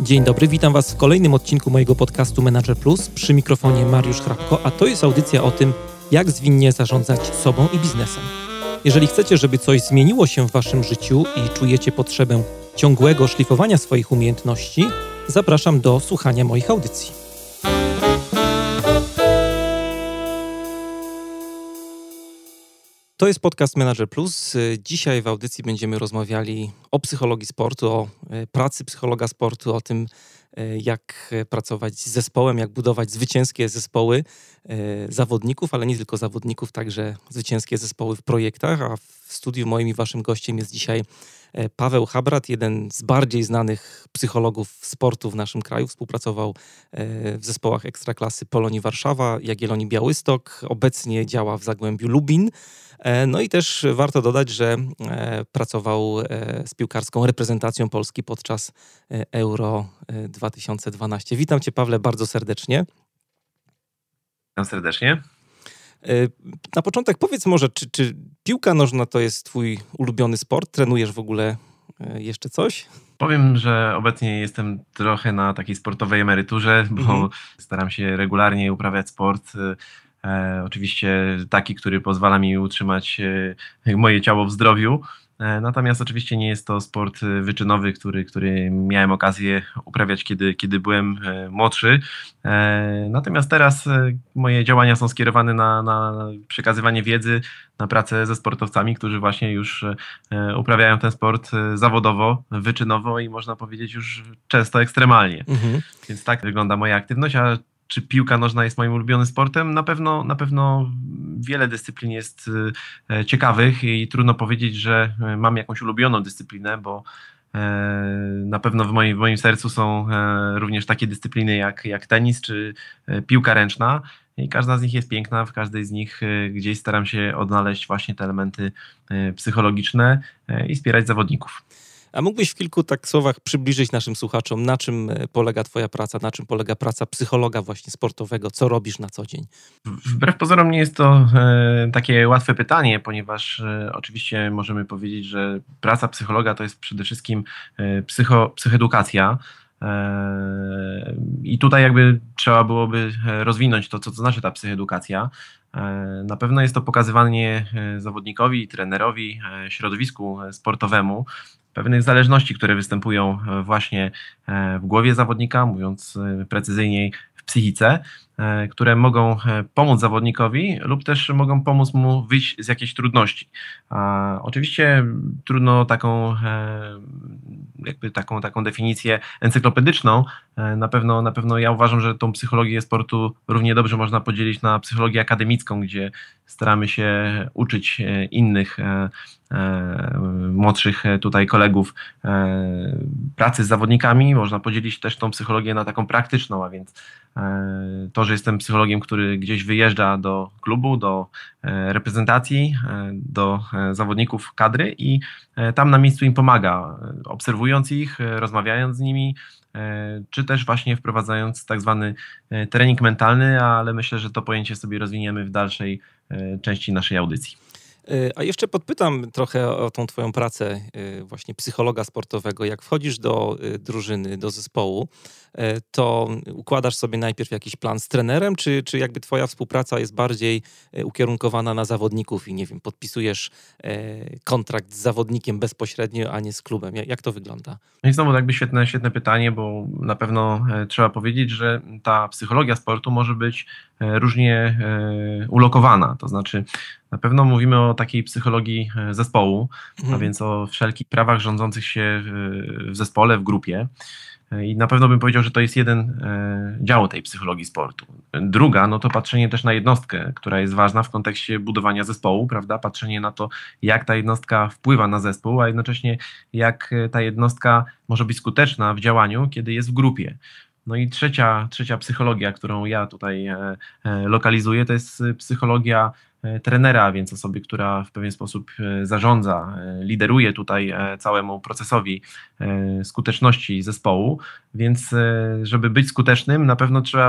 Dzień dobry, witam Was w kolejnym odcinku mojego podcastu Manager Plus. Przy mikrofonie Mariusz Hrabko, a to jest audycja o tym, jak zwinnie zarządzać sobą i biznesem. Jeżeli chcecie, żeby coś zmieniło się w Waszym życiu i czujecie potrzebę ciągłego szlifowania swoich umiejętności, zapraszam do słuchania moich audycji. To jest podcast Manager Plus. Dzisiaj w audycji będziemy rozmawiali o psychologii sportu, o pracy psychologa sportu, o tym, jak pracować z zespołem, jak budować zwycięskie zespoły zawodników, ale nie tylko zawodników, także zwycięskie zespoły w projektach. A w studiu moim i waszym gościem jest dzisiaj Paweł Habrat, jeden z bardziej znanych psychologów sportu w naszym kraju. Współpracował w zespołach Ekstraklasy Polonii Warszawa, Jagiellonii Białystok. Obecnie działa w Zagłębiu Lubin. No i też warto dodać, że pracował z piłkarską reprezentacją Polski podczas Euro 2012. Witam Cię, Pawle, bardzo serdecznie. Witam serdecznie. Na początek powiedz może, czy piłka nożna to jest Twój ulubiony sport? Trenujesz w ogóle jeszcze coś? Powiem, że obecnie jestem trochę na takiej sportowej emeryturze, bo staram się regularnie uprawiać sport. Oczywiście taki, który pozwala mi utrzymać moje ciało w zdrowiu. Natomiast oczywiście nie jest to sport wyczynowy, który miałem okazję uprawiać, kiedy byłem młodszy. Natomiast teraz moje działania są skierowane na przekazywanie wiedzy, na pracę ze sportowcami, którzy właśnie już uprawiają ten sport zawodowo, wyczynowo i można powiedzieć już często ekstremalnie. Więc tak wygląda moja aktywność. A czy piłka nożna jest moim ulubionym sportem? Na pewno wiele dyscyplin jest ciekawych i trudno powiedzieć, że mam jakąś ulubioną dyscyplinę, bo na pewno w moim sercu są również takie dyscypliny jak tenis czy piłka ręczna i każda z nich jest piękna, w każdej z nich gdzieś staram się odnaleźć właśnie te elementy psychologiczne i wspierać zawodników. A mógłbyś w kilku słowach przybliżyć naszym słuchaczom, na czym polega Twoja praca, na czym polega praca psychologa właśnie sportowego, co robisz na co dzień? Wbrew pozorom nie jest to takie łatwe pytanie, ponieważ oczywiście możemy powiedzieć, że praca psychologa to jest przede wszystkim psychoedukacja. I tutaj jakby trzeba byłoby rozwinąć to, co to znaczy ta psychoedukacja. Na pewno jest to pokazywanie zawodnikowi, trenerowi, środowisku sportowemu pewnych zależności, które występują właśnie w głowie zawodnika, mówiąc precyzyjniej w psychice, które mogą pomóc zawodnikowi lub też mogą pomóc mu wyjść z jakiejś trudności. Oczywiście trudno taką definicję encyklopedyczną. Na pewno ja uważam, że tą psychologię sportu równie dobrze można podzielić na psychologię akademicką, gdzie staramy się uczyć innych młodszych tutaj kolegów pracy z zawodnikami. Można podzielić też tą psychologię na taką praktyczną, a więc to, że jestem psychologiem, który gdzieś wyjeżdża do klubu, do reprezentacji, do zawodników kadry i tam na miejscu im pomaga, obserwując ich, rozmawiając z nimi, czy też właśnie wprowadzając tak zwany trening mentalny, ale myślę, że to pojęcie sobie rozwiniemy w dalszej części naszej audycji. A jeszcze podpytam trochę o tą Twoją pracę właśnie psychologa sportowego. Jak wchodzisz do drużyny, do zespołu, to układasz sobie najpierw jakiś plan z trenerem, czy jakby Twoja współpraca jest bardziej ukierunkowana na zawodników i nie wiem, podpisujesz kontrakt z zawodnikiem bezpośrednio, a nie z klubem? Jak to wygląda? No i znowu jakby świetne pytanie, bo na pewno trzeba powiedzieć, że ta psychologia sportu może być różnie ulokowana, to znaczy na pewno mówimy o takiej psychologii zespołu, a więc o wszelkich prawach rządzących się w zespole, w grupie. I na pewno bym powiedział, że to jest jeden dział tej psychologii sportu. Druga, no to patrzenie też na jednostkę, która jest ważna w kontekście budowania zespołu, prawda? Patrzenie na to, jak ta jednostka wpływa na zespół, a jednocześnie jak ta jednostka może być skuteczna w działaniu, kiedy jest w grupie. No i trzecia psychologia, którą ja tutaj lokalizuję, to jest psychologia trenera, a więc osoby, która w pewien sposób zarządza, lideruje tutaj całemu procesowi skuteczności zespołu, więc żeby być skutecznym, na pewno trzeba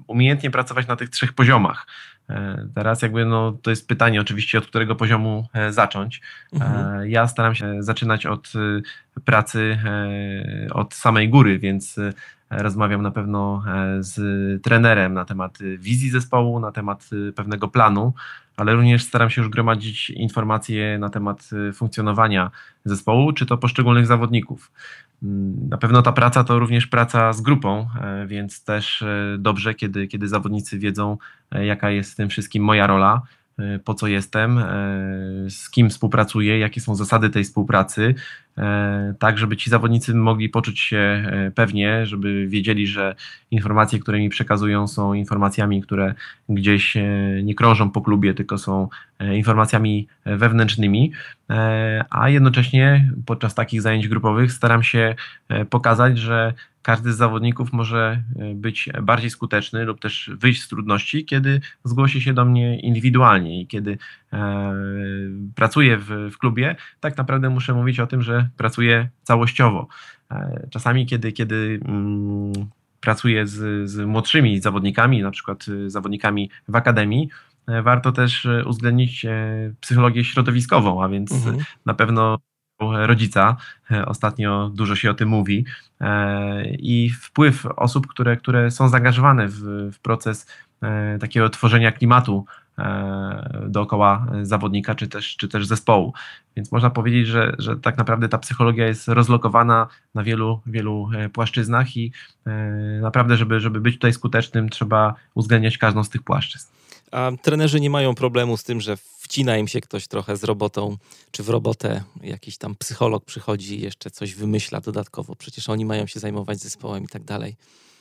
umiejętnie pracować na tych 3 poziomach. Teraz to jest pytanie oczywiście, od którego poziomu zacząć. Ja staram się zaczynać od pracy od samej góry, więc rozmawiam na pewno z trenerem na temat wizji zespołu, na temat pewnego planu, ale również staram się już gromadzić informacje na temat funkcjonowania zespołu, czy to poszczególnych zawodników. Na pewno ta praca to również praca z grupą, więc też dobrze, kiedy zawodnicy wiedzą, jaka jest w tym wszystkim moja rola, po co jestem, z kim współpracuję, jakie są zasady tej współpracy, tak żeby ci zawodnicy mogli poczuć się pewnie, żeby wiedzieli, że informacje, które mi przekazują, są informacjami, które gdzieś nie krążą po klubie, tylko są informacjami wewnętrznymi, a jednocześnie podczas takich zajęć grupowych staram się pokazać, że każdy z zawodników może być bardziej skuteczny lub też wyjść z trudności, kiedy zgłosi się do mnie indywidualnie i kiedy pracuję w klubie, tak naprawdę muszę mówić o tym, że pracuję całościowo. Czasami, kiedy pracuję z młodszymi zawodnikami, na przykład zawodnikami w akademii, warto też uwzględnić psychologię środowiskową, a więc na pewno rodzica. Ostatnio dużo się o tym mówi i wpływ osób, które są zaangażowane w proces takiego tworzenia klimatu dookoła zawodnika czy też zespołu. Więc można powiedzieć, że tak naprawdę ta psychologia jest rozlokowana na wielu płaszczyznach i naprawdę, żeby być tutaj skutecznym, trzeba uwzględniać każdą z tych płaszczyzn. A trenerzy nie mają problemu z tym, że wcina im się ktoś trochę z robotą, czy w robotę jakiś tam psycholog przychodzi i jeszcze coś wymyśla dodatkowo. Przecież oni mają się zajmować zespołem i tak dalej.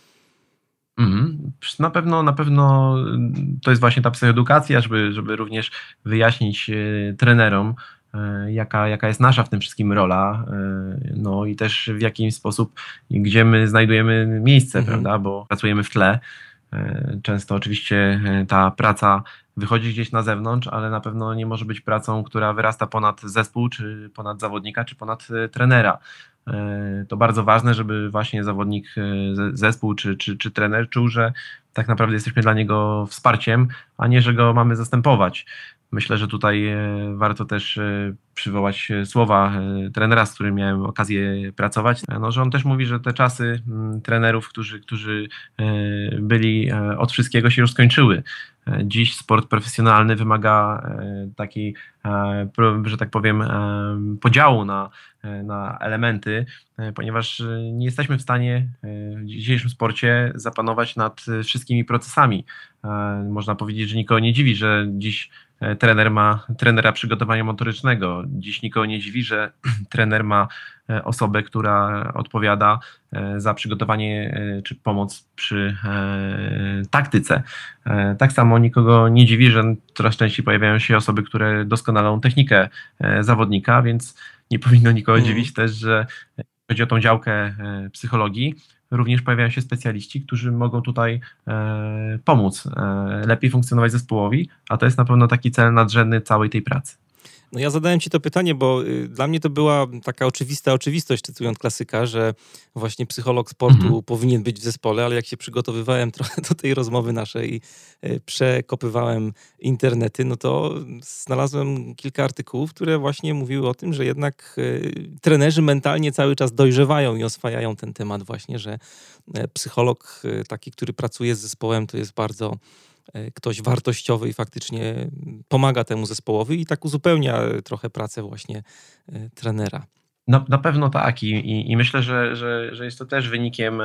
Na pewno to jest właśnie ta psychoedukacja, żeby również wyjaśnić trenerom, jaka jest nasza w tym wszystkim rola, no i też w jaki sposób, gdzie my znajdujemy miejsce, prawda, bo pracujemy w tle. Często oczywiście ta praca wychodzi gdzieś na zewnątrz, ale na pewno nie może być pracą, która wyrasta ponad zespół, czy ponad zawodnika, czy ponad trenera. To bardzo ważne, żeby właśnie zawodnik, zespół czy trener czuł, że tak naprawdę jesteśmy dla niego wsparciem, a nie, że go mamy zastępować. Myślę, że tutaj warto też przywołać słowa trenera, z którym miałem okazję pracować, że on też mówi, że te czasy trenerów, którzy byli od wszystkiego, się już skończyły. Dziś sport profesjonalny wymaga takiej, że tak powiem, podziału na elementy, ponieważ nie jesteśmy w stanie w dzisiejszym sporcie zapanować nad wszystkimi procesami. Można powiedzieć, że nikogo nie dziwi, że dziś trener ma trenera przygotowania motorycznego. Dziś nikogo nie dziwi, że trener ma osobę, która odpowiada za przygotowanie czy pomoc przy taktyce. Tak samo nikogo nie dziwi, że coraz częściej pojawiają się osoby, które doskonalą technikę zawodnika, więc nie powinno nikogo dziwić też, że chodzi o tą działkę psychologii. Również pojawiają się specjaliści, którzy mogą tutaj pomóc lepiej funkcjonować zespołowi, a to jest na pewno taki cel nadrzędny całej tej pracy. No ja zadałem ci to pytanie, bo dla mnie to była taka oczywista oczywistość, cytując klasyka, że właśnie psycholog sportu powinien być w zespole, ale jak się przygotowywałem trochę do tej rozmowy naszej i przekopywałem internety, no to znalazłem kilka artykułów, które właśnie mówiły o tym, że jednak trenerzy mentalnie cały czas dojrzewają i oswajają ten temat właśnie, że psycholog taki, który pracuje z zespołem, to jest bardzo ktoś wartościowy i faktycznie pomaga temu zespołowi i tak uzupełnia trochę pracę właśnie trenera. Na pewno tak i myślę, że jest to też wynikiem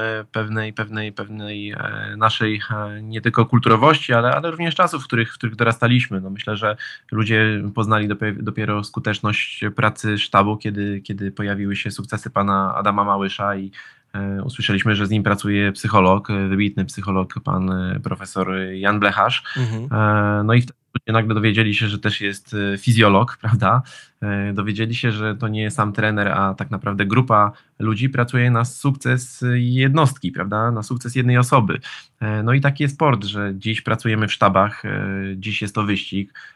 pewnej naszej nie tylko kulturowości, ale również czasów, w których dorastaliśmy. No myślę, że ludzie poznali dopiero skuteczność pracy sztabu, kiedy pojawiły się sukcesy pana Adama Małysza i usłyszeliśmy, że z nim pracuje psycholog, wybitny psycholog, pan profesor Jan Blecharz. No i wtedy ludzie nagle dowiedzieli się, że też jest fizjolog, prawda? Dowiedzieli się, że to nie sam trener, a tak naprawdę grupa ludzi pracuje na sukces jednostki, prawda? Na sukces jednej osoby. No i taki jest sport, że dziś pracujemy w sztabach, dziś jest to wyścig.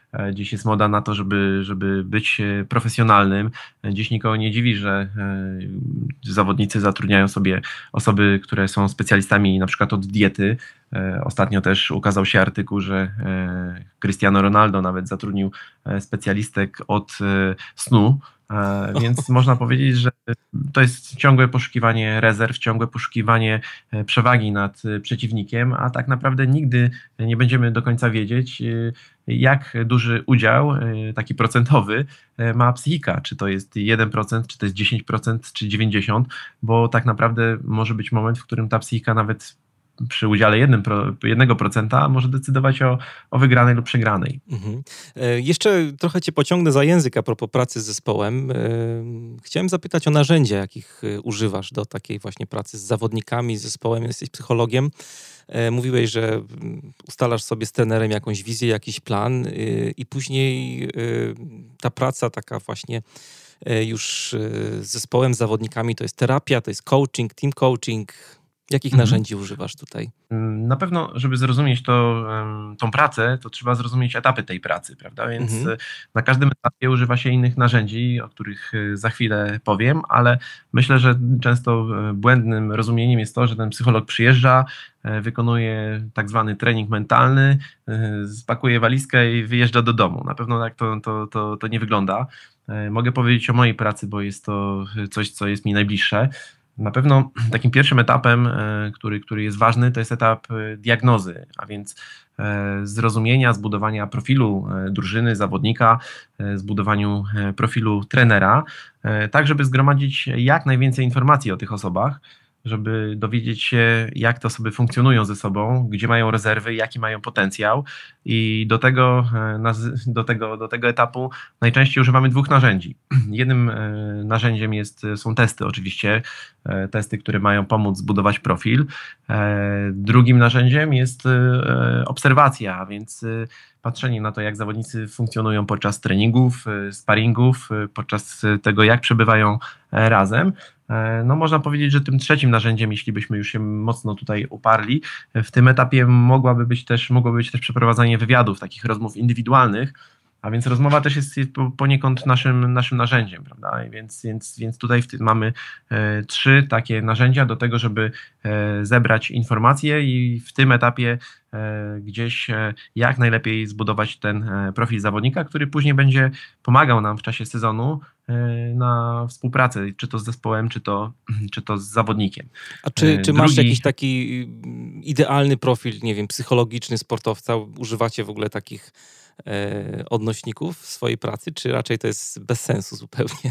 Dziś jest moda na to, żeby być profesjonalnym. Dziś nikogo nie dziwi, że zawodnicy zatrudniają sobie osoby, które są specjalistami na przykład od diety. Ostatnio też ukazał się artykuł, że Cristiano Ronaldo nawet zatrudnił specjalistek od snu. Więc można powiedzieć, że to jest ciągłe poszukiwanie rezerw, ciągłe poszukiwanie przewagi nad przeciwnikiem, a tak naprawdę nigdy nie będziemy do końca wiedzieć, jak duży udział, taki procentowy, ma psychika. Czy to jest 1%, czy to jest 10%, czy 90%, bo tak naprawdę może być moment, w którym ta psychika nawet przy udziale 1% może decydować o wygranej lub przegranej. Mhm. Jeszcze trochę cię pociągnę za język a propos pracy z zespołem. Chciałem zapytać o narzędzia, jakich używasz do takiej właśnie pracy z zawodnikami, z zespołem. Jesteś psychologiem. Mówiłeś, że ustalasz sobie z trenerem jakąś wizję, jakiś plan i później ta praca taka właśnie już z zespołem, z zawodnikami, to jest terapia, to jest coaching, team coaching. Jakich narzędzi używasz tutaj? Na pewno, żeby zrozumieć tą pracę, to trzeba zrozumieć etapy tej pracy, prawda? Więc na każdym etapie używa się innych narzędzi, o których za chwilę powiem, ale myślę, że często błędnym rozumieniem jest to, że ten psycholog przyjeżdża, wykonuje tak zwany trening mentalny, spakuje walizkę i wyjeżdża do domu. Na pewno tak to nie wygląda. Mogę powiedzieć o mojej pracy, bo jest to coś, co jest mi najbliższe. Na pewno takim pierwszym etapem, który jest ważny, to jest etap diagnozy, a więc zrozumienia, zbudowania profilu drużyny, zawodnika, zbudowaniu profilu trenera, tak żeby zgromadzić jak najwięcej informacji o tych osobach, żeby dowiedzieć się, jak te osoby funkcjonują ze sobą, gdzie mają rezerwy, jaki mają potencjał i do tego etapu najczęściej używamy dwóch narzędzi. Jednym narzędziem są testy oczywiście, testy, które mają pomóc zbudować profil. Drugim narzędziem jest obserwacja, a więc patrzenie na to, jak zawodnicy funkcjonują podczas treningów, sparingów, podczas tego, jak przebywają razem. No można powiedzieć, że tym trzecim narzędziem, jeśli byśmy już się mocno tutaj uparli, w tym etapie mogłoby być też przeprowadzanie wywiadów, takich rozmów indywidualnych, a więc rozmowa też jest poniekąd naszym narzędziem, prawda? Więc tutaj mamy trzy takie narzędzia do tego, żeby zebrać informacje i w tym etapie gdzieś jak najlepiej zbudować ten profil zawodnika, który później będzie pomagał nam w czasie sezonu na współpracę, czy to z zespołem, czy to z zawodnikiem. A czy masz jakiś taki idealny profil, nie wiem, psychologiczny sportowca? Używacie w ogóle takich odnośników w swojej pracy, czy raczej to jest bez sensu zupełnie?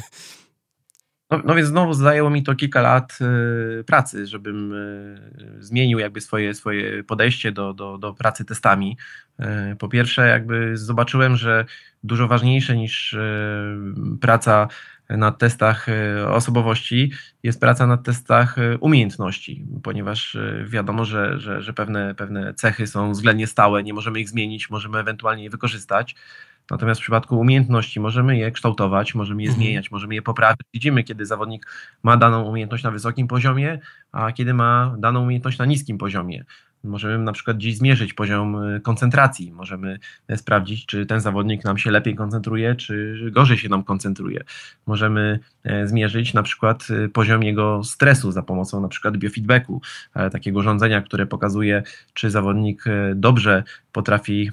No więc znowu zajęło mi to kilka lat pracy, żebym zmienił jakby swoje podejście do pracy testami. Po pierwsze jakby zobaczyłem, że dużo ważniejsze niż praca na testach osobowości jest praca na testach umiejętności, ponieważ wiadomo, że pewne cechy są względnie stałe, nie możemy ich zmienić, możemy ewentualnie je wykorzystać. Natomiast w przypadku umiejętności możemy je kształtować, możemy je zmieniać, możemy je poprawić. Widzimy, kiedy zawodnik ma daną umiejętność na wysokim poziomie, a kiedy ma daną umiejętność na niskim poziomie. Możemy na przykład dziś zmierzyć poziom koncentracji, możemy sprawdzić, czy ten zawodnik nam się lepiej koncentruje, czy gorzej się nam koncentruje. Możemy zmierzyć na przykład poziom jego stresu za pomocą na przykład biofeedbacku, takiego urządzenia, które pokazuje, czy zawodnik dobrze potrafi,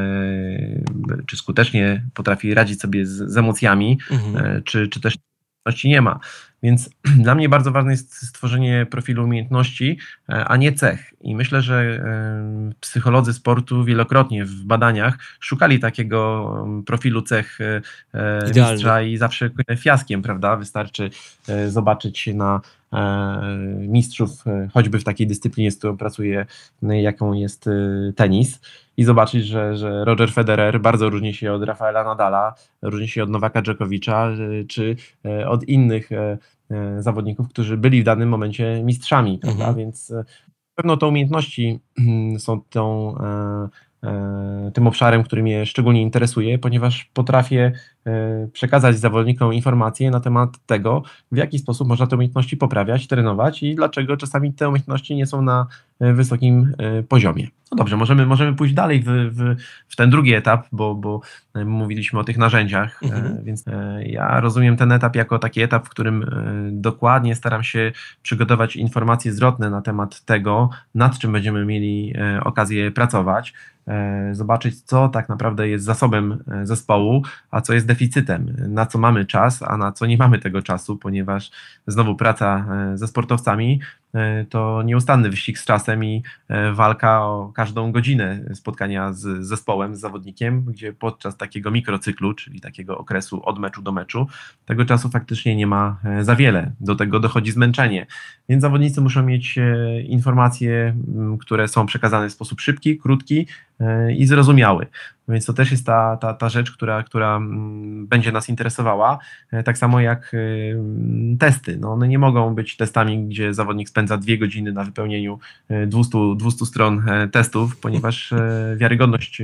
czy skutecznie potrafi radzić sobie z emocjami, czy też nie ma. Więc dla mnie bardzo ważne jest stworzenie profilu umiejętności, a nie cech. I myślę, że psycholodzy sportu wielokrotnie w badaniach szukali takiego profilu cech mistrza i zawsze fiaskiem, prawda? Wystarczy zobaczyć na mistrzów, choćby w takiej dyscyplinie, z którą pracuję, jaką jest tenis, i zobaczyć, że Roger Federer bardzo różni się od Rafaela Nadala, różni się od Nowaka Dżokowicza, czy od innych zawodników, którzy byli w danym momencie mistrzami, prawda? Więc na pewno te umiejętności są tym obszarem, który mnie szczególnie interesuje, ponieważ potrafię przekazać zawodnikom informacje na temat tego, w jaki sposób można te umiejętności poprawiać, trenować i dlaczego czasami te umiejętności nie są na wysokim poziomie. No dobrze, możemy pójść dalej w ten drugi etap, bo mówiliśmy o tych narzędziach, więc ja rozumiem ten etap jako taki etap, w którym dokładnie staram się przygotować informacje zwrotne na temat tego, nad czym będziemy mieli okazję pracować, zobaczyć, co tak naprawdę jest zasobem zespołu, a co jest deficytem, na co mamy czas, a na co nie mamy tego czasu, ponieważ znowu praca ze sportowcami to nieustanny wyścig z czasem i walka o każdą godzinę spotkania z zespołem, z zawodnikiem, gdzie podczas takiego mikrocyklu, czyli takiego okresu od meczu do meczu, tego czasu faktycznie nie ma za wiele. Do tego dochodzi zmęczenie. Więc zawodnicy muszą mieć informacje, które są przekazane w sposób szybki, krótki i zrozumiały. Więc to też jest ta rzecz, która będzie nas interesowała, tak samo jak testy. No one nie mogą być testami, gdzie zawodnik spędza 2 godziny na wypełnieniu 200 stron testów, ponieważ wiarygodność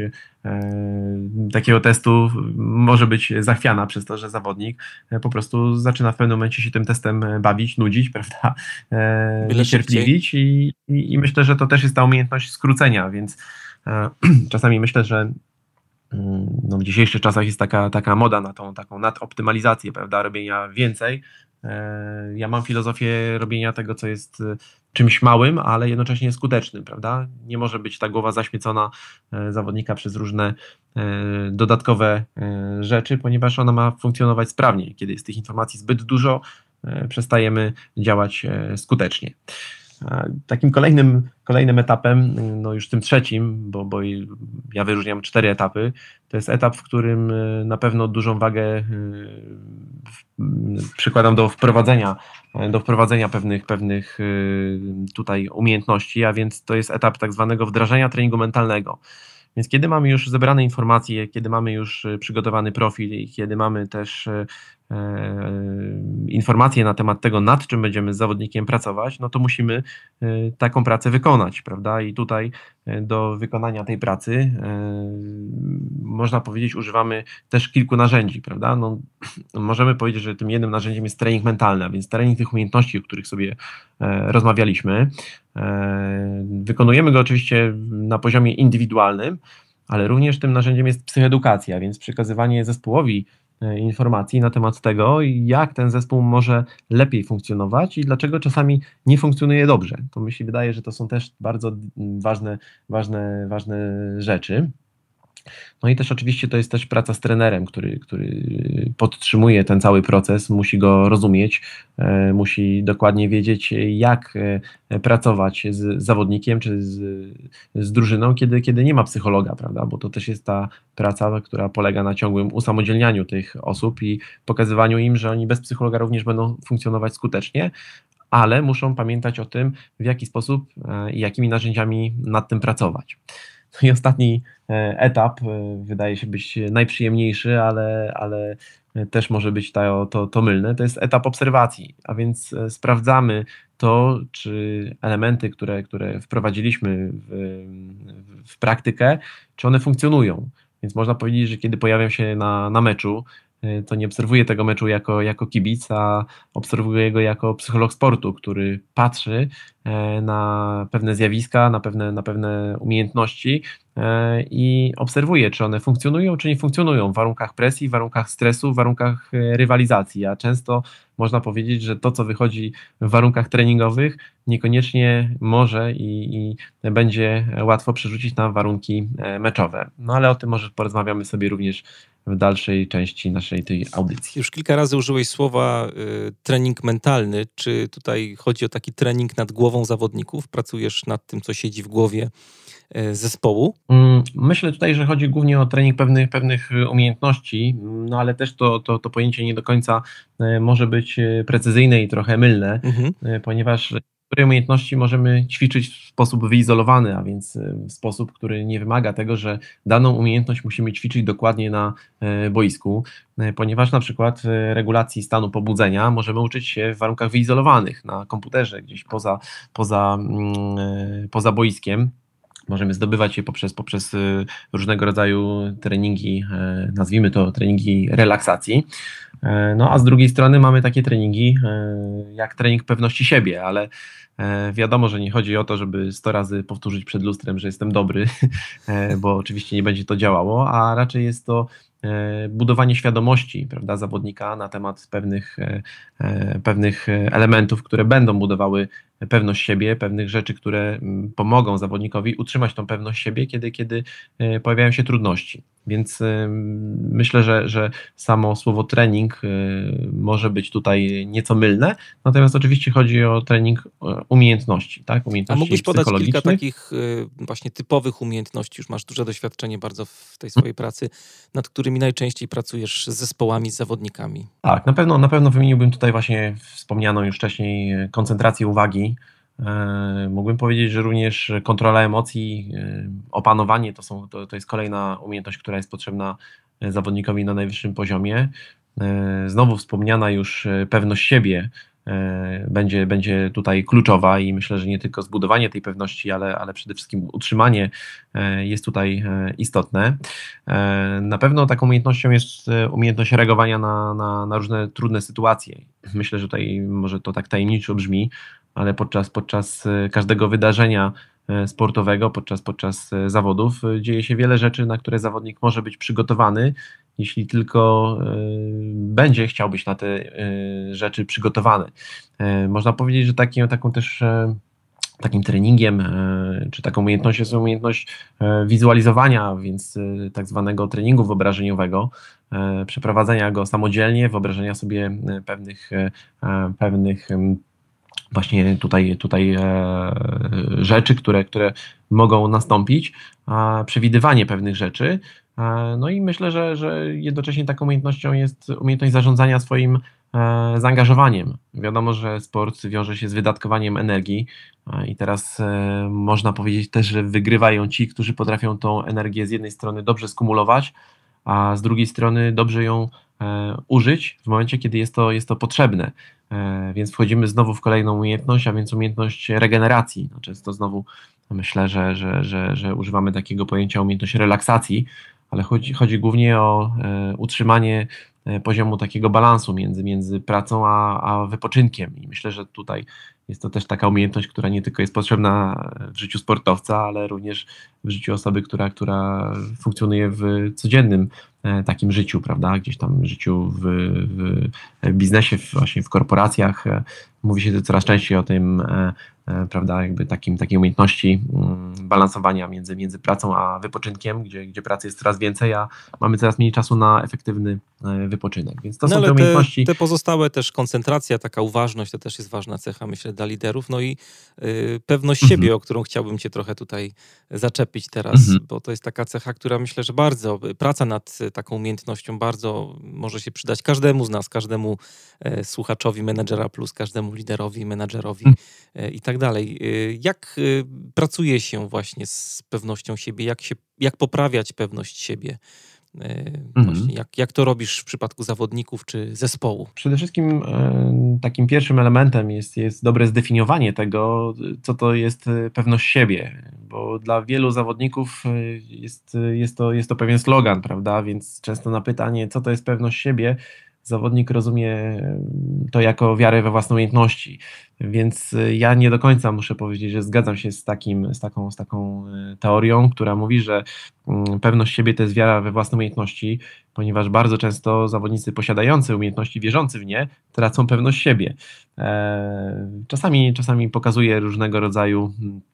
takiego testu może być zachwiana przez to, że zawodnik po prostu zaczyna w pewnym momencie się tym testem bawić, nudzić, prawda, niecierpliwić i myślę, że to też jest ta umiejętność skrócenia, więc czasami myślę, że w dzisiejszych czasach jest taka moda na tą taką nadoptymalizację, prawda, robienia więcej. Ja mam filozofię robienia tego, co jest czymś małym, ale jednocześnie skutecznym, prawda? Nie może być ta głowa zaśmiecona zawodnika przez różne dodatkowe rzeczy, ponieważ ona ma funkcjonować sprawnie. Kiedy jest tych informacji zbyt dużo, przestajemy działać skutecznie. Takim kolejnym etapem, no już tym trzecim, bo ja wyróżniam 4 etapy, to jest etap, w którym na pewno dużą wagę przykładam do wprowadzenia pewnych tutaj umiejętności, a więc to jest etap tak zwanego wdrażania treningu mentalnego. Więc kiedy mamy już zebrane informacje, kiedy mamy już przygotowany profil i kiedy mamy też informacje na temat tego, nad czym będziemy z zawodnikiem pracować, no to musimy taką pracę wykonać, prawda? I tutaj do wykonania tej pracy można powiedzieć, używamy też kilku narzędzi, prawda? No, możemy powiedzieć, że tym jednym narzędziem jest trening mentalny, a więc trening tych umiejętności, o których sobie rozmawialiśmy. Wykonujemy go oczywiście na poziomie indywidualnym, ale również tym narzędziem jest psychoedukacja, więc przekazywanie zespołowi informacji na temat tego, jak ten zespół może lepiej funkcjonować i dlaczego czasami nie funkcjonuje dobrze. To mi się wydaje, że to są też bardzo ważne rzeczy. No i też oczywiście to jest też praca z trenerem, który podtrzymuje ten cały proces, musi go rozumieć, musi dokładnie wiedzieć, jak pracować z zawodnikiem czy z drużyną, kiedy nie ma psychologa, prawda? Bo to też jest ta praca, która polega na ciągłym usamodzielnianiu tych osób i pokazywaniu im, że oni bez psychologa również będą funkcjonować skutecznie, ale muszą pamiętać o tym, w jaki sposób i jakimi narzędziami nad tym pracować. No i ostatni etap wydaje się być najprzyjemniejszy, ale też może być to mylne, to jest etap obserwacji, a więc sprawdzamy to, czy elementy, które wprowadziliśmy w praktykę, czy one funkcjonują. Więc można powiedzieć, że kiedy pojawiam się na meczu, to nie obserwuję tego meczu jako kibic, a obserwuję go jako psycholog sportu, który patrzy na pewne zjawiska, na pewne umiejętności i obserwuje, czy one funkcjonują, czy nie funkcjonują w warunkach presji, w warunkach stresu, w warunkach rywalizacji. A często można powiedzieć, że to, co wychodzi w warunkach treningowych, niekoniecznie może i będzie łatwo przerzucić na warunki meczowe. No ale o tym może porozmawiamy sobie również w dalszej części naszej tej audycji. Już kilka razy użyłeś słowa trening mentalny. Czy tutaj chodzi o taki trening nad głową zawodników? Pracujesz nad tym, co siedzi w głowie zespołu? Myślę tutaj, że chodzi głównie o trening pewnych umiejętności, no ale też to pojęcie nie do końca może być precyzyjne i trochę mylne, ponieważ niektóre umiejętności możemy ćwiczyć w sposób wyizolowany, a więc w sposób, który nie wymaga tego, że daną umiejętność musimy ćwiczyć dokładnie na boisku, ponieważ na przykład w regulacji stanu pobudzenia możemy uczyć się w warunkach wyizolowanych, na komputerze, gdzieś poza boiskiem. Możemy zdobywać je poprzez różnego rodzaju treningi, nazwijmy to treningi relaksacji. No a z drugiej strony mamy takie treningi, jak trening pewności siebie, ale wiadomo, że nie chodzi o to, żeby 100 razy powtórzyć przed lustrem, że jestem dobry, bo oczywiście nie będzie to działało, a raczej jest to budowanie świadomości, prawda, zawodnika na temat pewnych elementów, które będą budowały pewność siebie, pewnych rzeczy, które pomogą zawodnikowi utrzymać tą pewność siebie, kiedy pojawiają się trudności. Więc myślę, że samo słowo trening może być tutaj nieco mylne, natomiast oczywiście chodzi o trening umiejętności, tak? A mógłbyś podać kilka takich właśnie typowych umiejętności, już masz duże doświadczenie bardzo w tej swojej pracy, nad którymi najczęściej pracujesz z zespołami, z zawodnikami? Tak, na pewno wymieniłbym tutaj właśnie wspomnianą już wcześniej koncentrację uwagi. Mógłbym powiedzieć, że również kontrola emocji, opanowanie to jest kolejna umiejętność, która jest potrzebna zawodnikowi na najwyższym poziomie. Znowu wspomniana już pewność siebie będzie tutaj kluczowa i myślę, że nie tylko zbudowanie tej pewności, ale przede wszystkim utrzymanie jest tutaj istotne. Na pewno taką umiejętnością jest umiejętność reagowania na różne trudne sytuacje. Myślę, że tutaj może to tak tajemniczo brzmi, ale podczas każdego wydarzenia sportowego, podczas zawodów dzieje się wiele rzeczy, na które zawodnik może być przygotowany, jeśli tylko będzie chciał być na te rzeczy przygotowany. Można powiedzieć, że takim treningiem, czy taką umiejętnością jest umiejętność wizualizowania, więc tak zwanego treningu wyobrażeniowego, przeprowadzenia go samodzielnie, wyobrażenia sobie pewnych właśnie tutaj rzeczy, które mogą nastąpić, przewidywanie pewnych rzeczy. No i myślę, że jednocześnie taką umiejętnością jest umiejętność zarządzania swoim zaangażowaniem. Wiadomo, że sport wiąże się z wydatkowaniem energii i teraz można powiedzieć też, że wygrywają ci, którzy potrafią tą energię z jednej strony dobrze skumulować, a z drugiej strony dobrze ją użyć w momencie, kiedy jest to potrzebne. Więc wchodzimy znowu w kolejną umiejętność, a więc umiejętność regeneracji. No, często znowu myślę, że używamy takiego pojęcia umiejętność relaksacji, ale chodzi głównie o utrzymanie poziomu takiego balansu między pracą a wypoczynkiem. I myślę, że tutaj jest to też taka umiejętność, która nie tylko jest potrzebna w życiu sportowca, ale również w życiu osoby, która funkcjonuje w codziennym takim życiu, prawda? Gdzieś tam w życiu w biznesie, właśnie w korporacjach. Mówi się coraz częściej o tym, prawda, jakby takiej umiejętności balansowania między pracą a wypoczynkiem, gdzie pracy jest coraz więcej, a mamy coraz mniej czasu na efektywny wypoczynek. Więc to są te umiejętności. Te pozostałe też koncentracja, taka uważność, to też jest ważna cecha, myślę, dla liderów. No i pewność siebie, o którą chciałbym cię trochę tutaj zaczepić teraz, bo to jest taka cecha, która myślę, że praca nad taką umiejętnością bardzo może się przydać każdemu z nas, każdemu słuchaczowi Menedżera Plus, każdemu liderowi, menadżerowi i tak dalej. Jak pracuje się właśnie z pewnością siebie? Jak poprawiać pewność siebie? Właśnie jak to robisz w przypadku zawodników czy zespołu? Przede wszystkim takim pierwszym elementem jest dobre zdefiniowanie tego, co to jest pewność siebie, bo dla wielu zawodników jest to pewien slogan, prawda? Więc często na pytanie, co to jest pewność siebie, zawodnik rozumie to jako wiarę we własne umiejętności. Więc ja nie do końca muszę powiedzieć, że zgadzam się z taką teorią, która mówi, że pewność siebie to jest wiara we własne umiejętności, ponieważ bardzo często zawodnicy posiadający umiejętności, wierzący w nie, tracą pewność siebie. Czasami pokazuje różnego rodzaju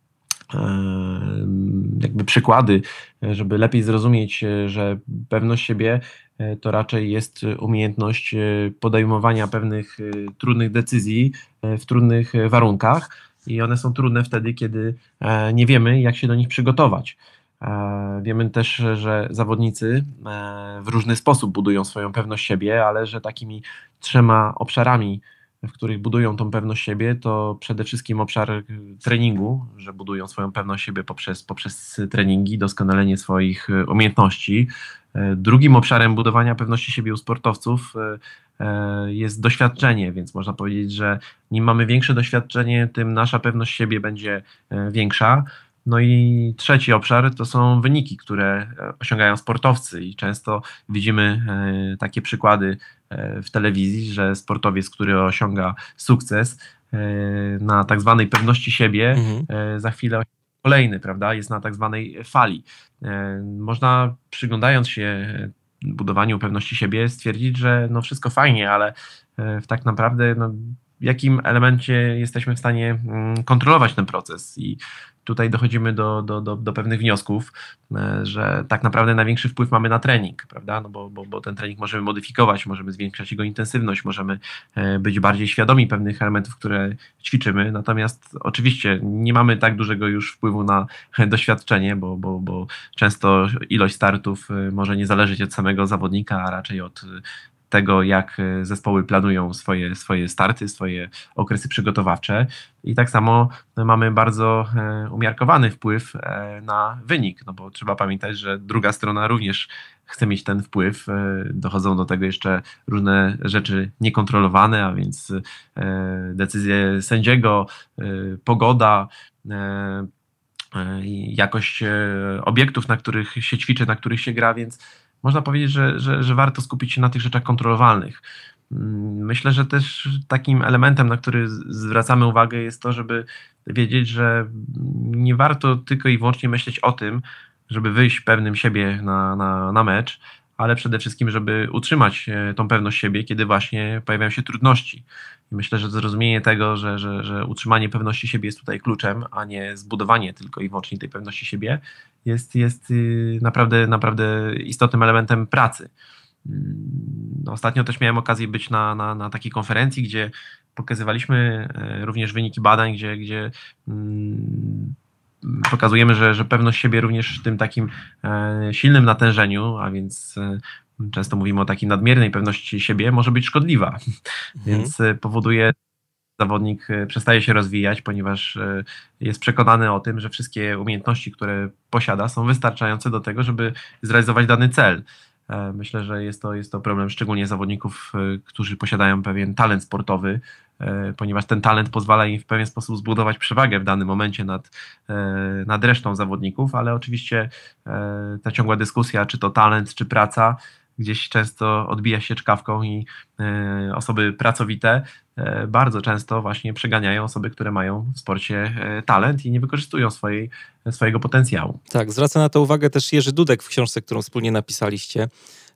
jakby przykłady, żeby lepiej zrozumieć, że pewność siebie to raczej jest umiejętność podejmowania pewnych trudnych decyzji w trudnych warunkach i one są trudne wtedy, kiedy nie wiemy, jak się do nich przygotować. Wiemy też, że zawodnicy w różny sposób budują swoją pewność siebie, ale że takimi 3 obszarami, w których budują tą pewność siebie, to przede wszystkim obszar treningu, że budują swoją pewność siebie poprzez treningi, doskonalenie swoich umiejętności. Drugim obszarem budowania pewności siebie u sportowców jest doświadczenie, więc można powiedzieć, że im mamy większe doświadczenie, tym nasza pewność siebie będzie większa. No i trzeci obszar to są wyniki, które osiągają sportowcy i często widzimy takie przykłady w telewizji, że sportowiec, który osiąga sukces na tak zwanej pewności siebie, za chwilę kolejny, prawda, jest na tak zwanej fali. Można, przyglądając się budowaniu pewności siebie, stwierdzić, że no wszystko fajnie, ale tak naprawdę no, w jakim elemencie jesteśmy w stanie kontrolować ten proces. I tutaj dochodzimy do pewnych wniosków, że tak naprawdę największy wpływ mamy na trening, prawda? No bo ten trening możemy modyfikować, możemy zwiększać jego intensywność, możemy być bardziej świadomi pewnych elementów, które ćwiczymy. Natomiast oczywiście nie mamy tak dużego już wpływu na doświadczenie, bo często ilość startów może nie zależeć od samego zawodnika, a raczej od tego, jak zespoły planują swoje starty, swoje okresy przygotowawcze. I tak samo mamy bardzo umiarkowany wpływ na wynik, no bo trzeba pamiętać, że druga strona również chce mieć ten wpływ. Dochodzą do tego jeszcze różne rzeczy niekontrolowane, a więc decyzje sędziego, pogoda, jakość obiektów, na których się ćwiczy, na których się gra, więc można powiedzieć, że warto skupić się na tych rzeczach kontrolowalnych. Myślę, że też takim elementem, na który zwracamy uwagę, jest to, żeby wiedzieć, że nie warto tylko i wyłącznie myśleć o tym, żeby wyjść pewnym siebie na mecz, ale przede wszystkim, żeby utrzymać tą pewność siebie, kiedy właśnie pojawiają się trudności. I myślę, że zrozumienie tego, że utrzymanie pewności siebie jest tutaj kluczem, a nie zbudowanie tylko i wyłącznie tej pewności siebie, jest naprawdę istotnym elementem pracy. Ostatnio też miałem okazję być na takiej konferencji, gdzie pokazywaliśmy również wyniki badań, gdzie pokazujemy, że pewność siebie również w tym takim silnym natężeniu, a więc często mówimy o takiej nadmiernej pewności siebie, może być szkodliwa. Więc powoduje, zawodnik przestaje się rozwijać, ponieważ jest przekonany o tym, że wszystkie umiejętności, które posiada, są wystarczające do tego, żeby zrealizować dany cel. Myślę, że jest to problem szczególnie zawodników, którzy posiadają pewien talent sportowy, ponieważ ten talent pozwala im w pewien sposób zbudować przewagę w danym momencie nad resztą zawodników, ale oczywiście ta ciągła dyskusja, czy to talent, czy praca, gdzieś często odbija się czkawką i osoby pracowite bardzo często właśnie przeganiają osoby, które mają w sporcie talent i nie wykorzystują swojego potencjału. Tak, zwraca na to uwagę też Jerzy Dudek w książce, którą wspólnie napisaliście.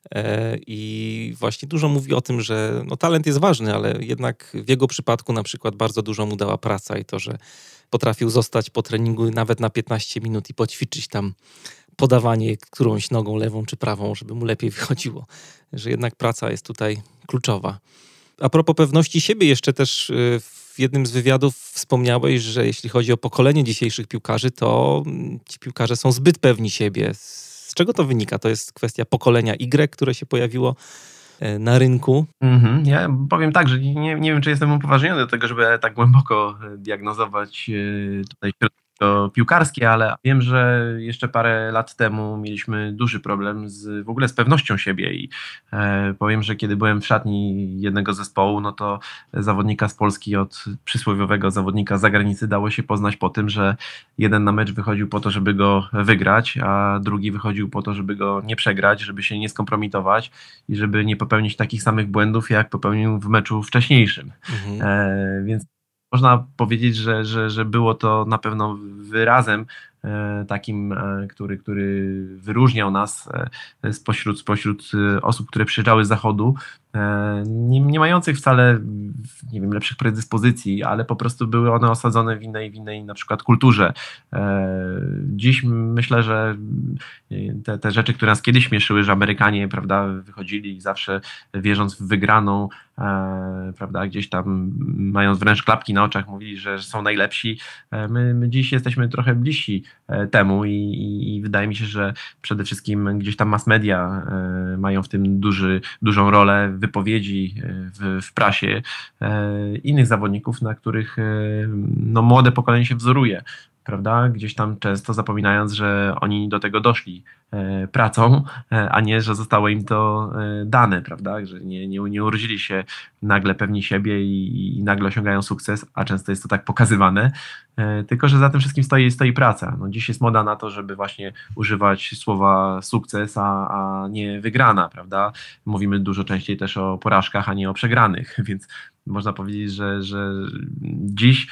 I właśnie dużo mówi o tym, że no, talent jest ważny, ale jednak w jego przypadku na przykład bardzo dużo mu dała praca i to, że potrafił zostać po treningu nawet na 15 minut i poćwiczyć tam podawanie którąś nogą, lewą czy prawą, żeby mu lepiej wychodziło. Że jednak praca jest tutaj kluczowa. A propos pewności siebie, jeszcze też w jednym z wywiadów wspomniałeś, że jeśli chodzi o pokolenie dzisiejszych piłkarzy, to ci piłkarze są zbyt pewni siebie. Z czego to wynika? To jest kwestia pokolenia Y, które się pojawiło na rynku? Ja powiem tak, że nie wiem, czy jestem upoważniony do tego, żeby tak głęboko diagnozować tutaj środowisko piłkarskie, ale wiem, że jeszcze parę lat temu mieliśmy duży problem w ogóle z pewnością siebie i powiem, że kiedy byłem w szatni jednego zespołu, no to zawodnika z Polski od przysłowiowego zawodnika z zagranicy dało się poznać po tym, że jeden na mecz wychodził po to, żeby go wygrać, a drugi wychodził po to, żeby go nie przegrać, żeby się nie skompromitować i żeby nie popełnić takich samych błędów, jak popełnił w meczu wcześniejszym. Więc można powiedzieć, że było to na pewno wyrazem takim, który wyróżniał nas spośród osób, które przyjeżdżały z zachodu, nie mających wcale, nie wiem, lepszych predyspozycji, ale po prostu były one osadzone w innej na przykład kulturze. Dziś myślę, że te rzeczy, które nas kiedyś śmieszyły, że Amerykanie, prawda, wychodzili i zawsze wierząc w wygraną, prawda, gdzieś tam mając wręcz klapki na oczach, mówili, że są najlepsi. My dziś jesteśmy trochę bliżsi temu i wydaje mi się, że przede wszystkim gdzieś tam mass media mają w tym dużą rolę, wypowiedzi w prasie innych zawodników, na których no, młode pokolenie się wzoruje, prawda? Gdzieś tam często zapominając, że oni do tego doszli pracą, a nie, że zostało im to dane, prawda, że nie urodzili się nagle pewni siebie i nagle osiągają sukces, a często jest to tak pokazywane, tylko że za tym wszystkim stoi praca. No, dziś jest moda na to, żeby właśnie używać słowa sukces, a nie wygrana, prawda? Mówimy dużo częściej też o porażkach, a nie o przegranych, więc można powiedzieć, że dziś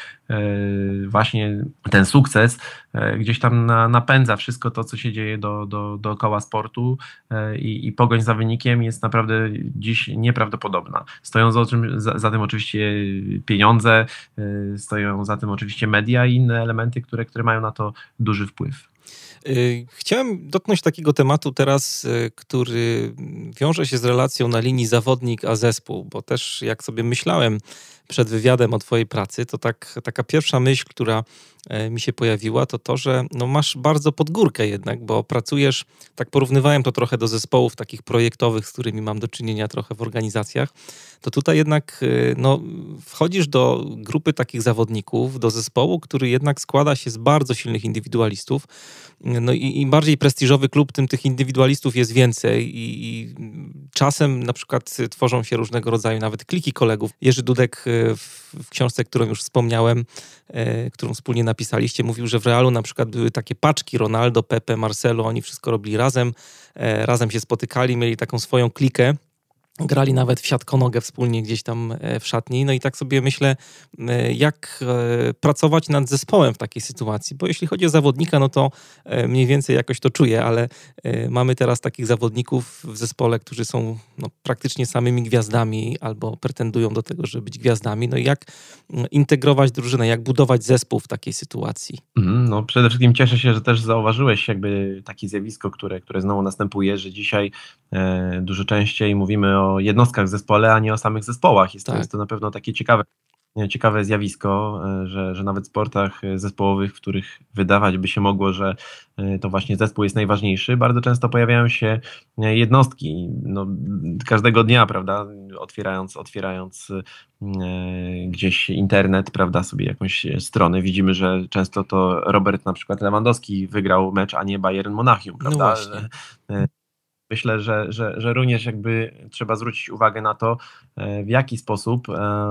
właśnie ten sukces gdzieś tam napędza wszystko to, co się dzieje dookoła sportu i pogoń za wynikiem jest naprawdę dziś nieprawdopodobna. Stoją za tym oczywiście pieniądze, stoją za tym oczywiście media i inne elementy, które mają na to duży wpływ. Chciałem dotknąć takiego tematu teraz, który wiąże się z relacją na linii zawodnik a zespół, bo też jak sobie myślałem przed wywiadem o twojej pracy, to taka pierwsza myśl, która mi się pojawiła, to to, że no masz bardzo pod górkę jednak, bo pracujesz, tak porównywałem to trochę do zespołów takich projektowych, z którymi mam do czynienia trochę w organizacjach, to tutaj jednak no, wchodzisz do grupy takich zawodników, do zespołu, który jednak składa się z bardzo silnych indywidualistów. No i im bardziej prestiżowy klub, tym tych indywidualistów jest więcej i czasem na przykład tworzą się różnego rodzaju nawet kliki kolegów. Jerzy Dudek w książce, którą już wspomniałem, którą wspólnie napisaliście, mówił, że w Realu na przykład były takie paczki Ronaldo, Pepe, Marcelo, oni wszystko robili razem, razem się spotykali, mieli taką swoją klikę. Grali nawet w siatkonogę wspólnie gdzieś tam w szatni. No i tak sobie myślę, jak pracować nad zespołem w takiej sytuacji. Bo jeśli chodzi o zawodnika, no to mniej więcej jakoś to czuję, ale mamy teraz takich zawodników w zespole, którzy są no, praktycznie samymi gwiazdami albo pretendują do tego, żeby być gwiazdami. No i jak integrować drużynę, jak budować zespół w takiej sytuacji? No przede wszystkim cieszę się, że też zauważyłeś jakby takie zjawisko, które znowu następuje, że dzisiaj dużo częściej mówimy o jednostkach w zespole, a nie o samych zespołach. Jest to na pewno takie ciekawe zjawisko, że nawet w sportach zespołowych, w których wydawać by się mogło, że to właśnie zespół jest najważniejszy, bardzo często pojawiają się jednostki. No, każdego dnia, prawda, otwierając gdzieś internet, prawda, sobie jakąś stronę, widzimy, że często to Robert na przykład Lewandowski wygrał mecz, a nie Bayern Monachium, prawda? No właśnie. Myślę, że również jakby trzeba zwrócić uwagę na to, w jaki sposób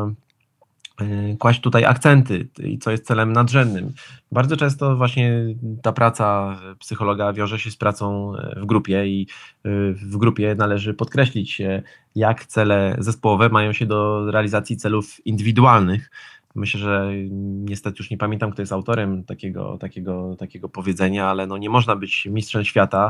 kłaść tutaj akcenty i co jest celem nadrzędnym. Bardzo często właśnie ta praca psychologa wiąże się z pracą w grupie i w grupie należy podkreślić, jak cele zespołowe mają się do realizacji celów indywidualnych. Myślę, że niestety już nie pamiętam, kto jest autorem takiego powiedzenia, ale no nie można być mistrzem świata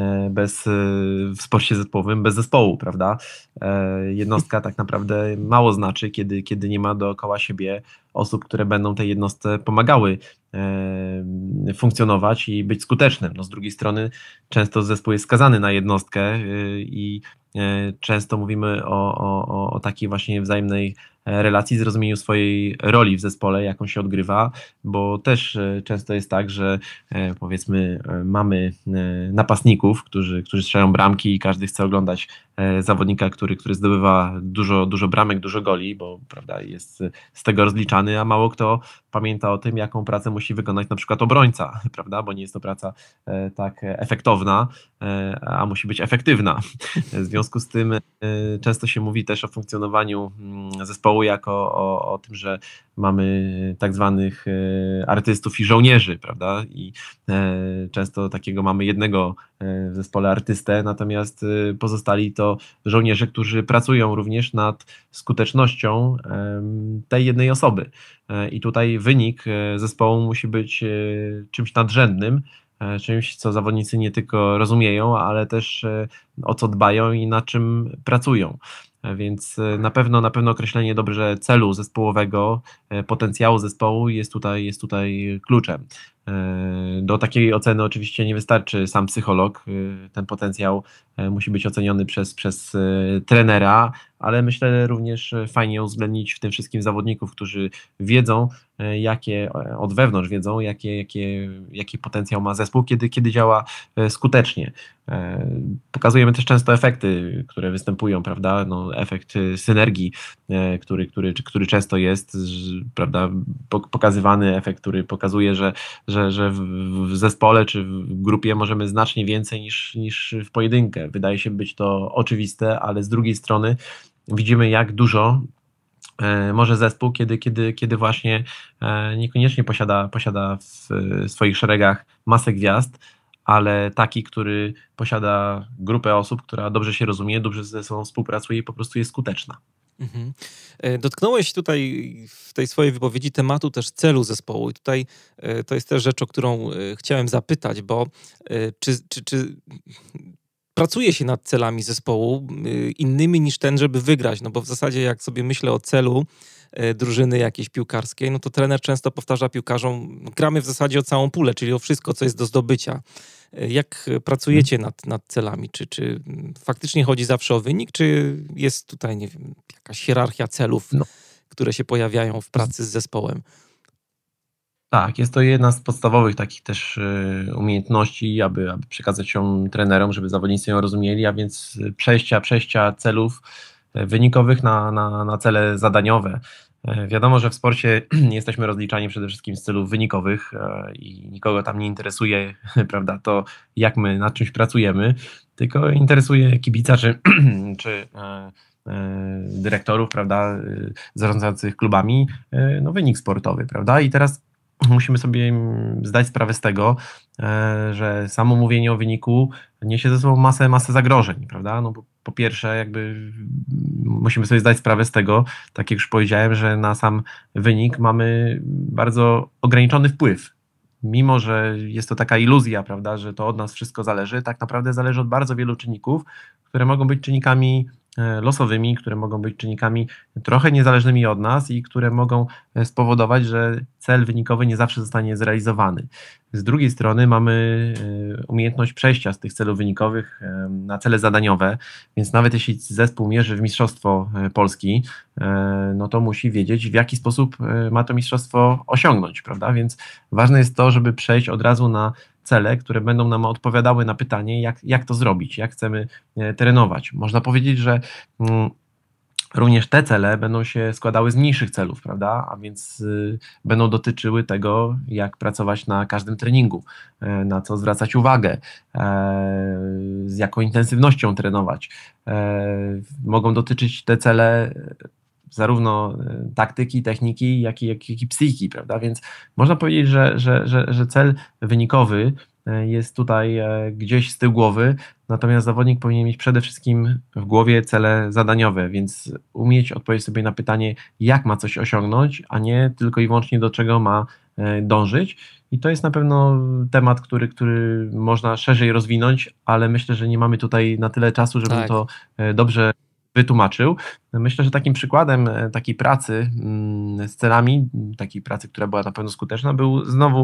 w sporcie zespołowym bez zespołu, prawda? Jednostka tak naprawdę mało znaczy, kiedy nie ma dookoła siebie osób, które będą tej jednostce pomagały funkcjonować i być skutecznym. No z drugiej strony często zespół jest skazany na jednostkę i często mówimy o takiej właśnie wzajemnej relacji, zrozumieniu swojej roli w zespole, jaką się odgrywa, bo też często jest tak, że powiedzmy mamy napastników, którzy strzelają bramki i każdy chce oglądać zawodnika, który zdobywa dużo bramek, dużo goli, bo prawda, jest z tego rozliczany, a mało kto pamięta o tym, jaką pracę musi wykonać na przykład obrońca, prawda, bo nie jest to praca tak efektowna, a musi być efektywna. W związku z tym często się mówi też o funkcjonowaniu zespołu jako o tym, że mamy tak zwanych artystów i żołnierzy, prawda? I często takiego mamy jednego w zespole artystę, natomiast pozostali to żołnierze, którzy pracują również nad skutecznością tej jednej osoby. I tutaj wynik zespołu musi być czymś nadrzędnym, czymś, co zawodnicy nie tylko rozumieją, ale też o co dbają i na czym pracują. Więc na pewno określenie dobrze celu zespołowego, potencjału zespołu jest tutaj kluczem. Do takiej oceny oczywiście nie wystarczy sam psycholog. Ten potencjał musi być oceniony przez trenera, ale myślę również fajnie uwzględnić w tym wszystkim zawodników, którzy wiedzą, od wewnątrz wiedzą, jaki potencjał ma zespół, kiedy działa skutecznie. Pokazujemy też często efekty, które występują, prawda? No, efekt synergii, który często jest, prawda? Pokazywany efekt, który pokazuje, że w zespole czy w grupie możemy znacznie więcej niż w pojedynkę. Wydaje się być to oczywiste, ale z drugiej strony widzimy, jak dużo może zespół, kiedy właśnie niekoniecznie posiada w swoich szeregach masę gwiazd, ale taki, który posiada grupę osób, która dobrze się rozumie, dobrze ze sobą współpracuje i po prostu jest skuteczna. Mhm. Dotknąłeś tutaj w tej swojej wypowiedzi tematu też celu zespołu. I tutaj to jest też rzecz, o którą chciałem zapytać, bo czy pracuje się nad celami zespołu innymi niż ten, żeby wygrać? No bo w zasadzie jak sobie myślę o celu drużyny jakiejś piłkarskiej, no to trener często powtarza piłkarzom, gramy w zasadzie o całą pulę, czyli o wszystko, co jest do zdobycia. Jak pracujecie nad celami? Czy faktycznie chodzi zawsze o wynik, czy jest tutaj, nie wiem, jakaś hierarchia celów, które się pojawiają w pracy z zespołem? Tak, jest to jedna z podstawowych takich też umiejętności, aby przekazać ją trenerom, żeby zawodnicy ją rozumieli, a więc przejścia celów wynikowych na cele zadaniowe. Wiadomo, że w sporcie jesteśmy rozliczani przede wszystkim z celów wynikowych i nikogo tam nie interesuje, prawda, to jak my nad czymś pracujemy, tylko interesuje kibica czy dyrektorów, prawda, zarządzających klubami, no wynik sportowy, prawda, i teraz musimy sobie zdać sprawę z tego, że samo mówienie o wyniku niesie ze sobą masę zagrożeń, prawda? No bo po pierwsze, jakby musimy sobie zdać sprawę z tego, tak jak już powiedziałem, że na sam wynik mamy bardzo ograniczony wpływ. Mimo że jest to taka iluzja, prawda, że to od nas wszystko zależy, tak naprawdę zależy od bardzo wielu czynników, które mogą być czynnikami losowymi, które mogą być czynnikami trochę niezależnymi od nas i które mogą spowodować, że cel wynikowy nie zawsze zostanie zrealizowany. Z drugiej strony mamy umiejętność przejścia z tych celów wynikowych na cele zadaniowe, więc nawet jeśli zespół mierzy w Mistrzostwo Polski, no to musi wiedzieć, w jaki sposób ma to mistrzostwo osiągnąć, prawda? Więc ważne jest to, żeby przejść od razu na cele, które będą nam odpowiadały na pytanie, jak to zrobić, jak chcemy trenować. Można powiedzieć, że również te cele będą się składały z mniejszych celów, prawda? A więc będą dotyczyły tego, jak pracować na każdym treningu, na co zwracać uwagę, z jaką intensywnością trenować. Mogą dotyczyć te cele zarówno taktyki, techniki, jak i psychiki, prawda? Więc można powiedzieć, że cel wynikowy jest tutaj gdzieś z tyłu głowy, natomiast zawodnik powinien mieć przede wszystkim w głowie cele zadaniowe, więc umieć odpowiedzieć sobie na pytanie, jak ma coś osiągnąć, a nie tylko i wyłącznie do czego ma dążyć. I to jest na pewno temat, który można szerzej rozwinąć, ale myślę, że nie mamy tutaj na tyle czasu, żebym to dobrze wytłumaczył. Myślę, że takim przykładem takiej pracy z celami, takiej pracy, która była na pewno skuteczna, był znowu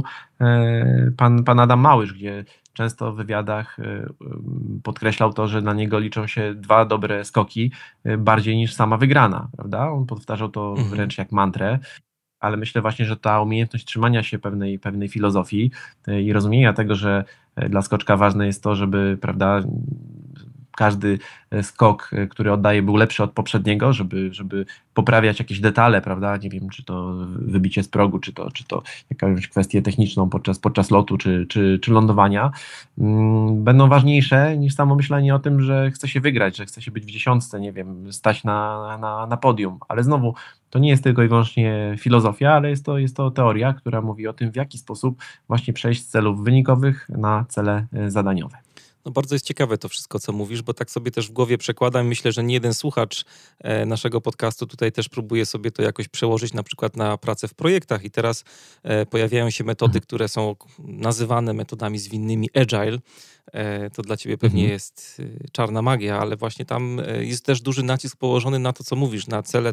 pan Adam Małysz, gdzie często w wywiadach podkreślał to, że dla niego liczą się 2 dobre skoki bardziej niż sama wygrana, prawda? On powtarzał to wręcz jak mantrę, ale myślę właśnie, że ta umiejętność trzymania się pewnej filozofii i rozumienia tego, że dla skoczka ważne jest to, żeby, prawda, każdy skok, który oddaje, był lepszy od poprzedniego, żeby poprawiać jakieś detale, prawda? Nie wiem, czy to wybicie z progu, czy to jakąś kwestię techniczną podczas lotu, czy lądowania, będą ważniejsze niż samo myślenie o tym, że chce się wygrać, że chce się być w dziesiątce, nie wiem, stać na podium. Ale znowu, to nie jest tylko i wyłącznie filozofia, ale jest to teoria, która mówi o tym, w jaki sposób właśnie przejść z celów wynikowych na cele zadaniowe. No bardzo jest ciekawe to wszystko, co mówisz, bo tak sobie też w głowie przekładam. Myślę, że nie jeden słuchacz naszego podcastu tutaj też próbuje sobie to jakoś przełożyć na przykład na pracę w projektach i teraz pojawiają się metody, które są nazywane metodami zwinnymi agile. To dla ciebie pewnie jest czarna magia, ale właśnie tam jest też duży nacisk położony na to, co mówisz, na cele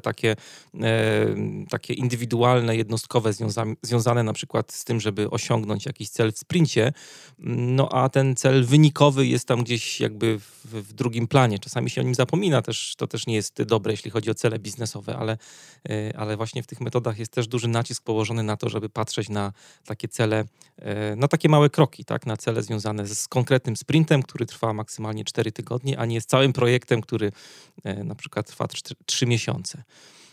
takie indywidualne, jednostkowe, związane na przykład z tym, żeby osiągnąć jakiś cel w sprincie, no a ten cel wynikowy jest tam gdzieś jakby w drugim planie. Czasami się o nim zapomina, to też nie jest dobre, jeśli chodzi o cele biznesowe, ale właśnie w tych metodach jest też duży nacisk położony na to, żeby patrzeć na takie cele, na takie małe kroki, tak, na cele związane z konkretnym konkretnym sprintem, który trwa maksymalnie 4 tygodnie, a nie jest całym projektem, który na przykład trwa 3 miesiące.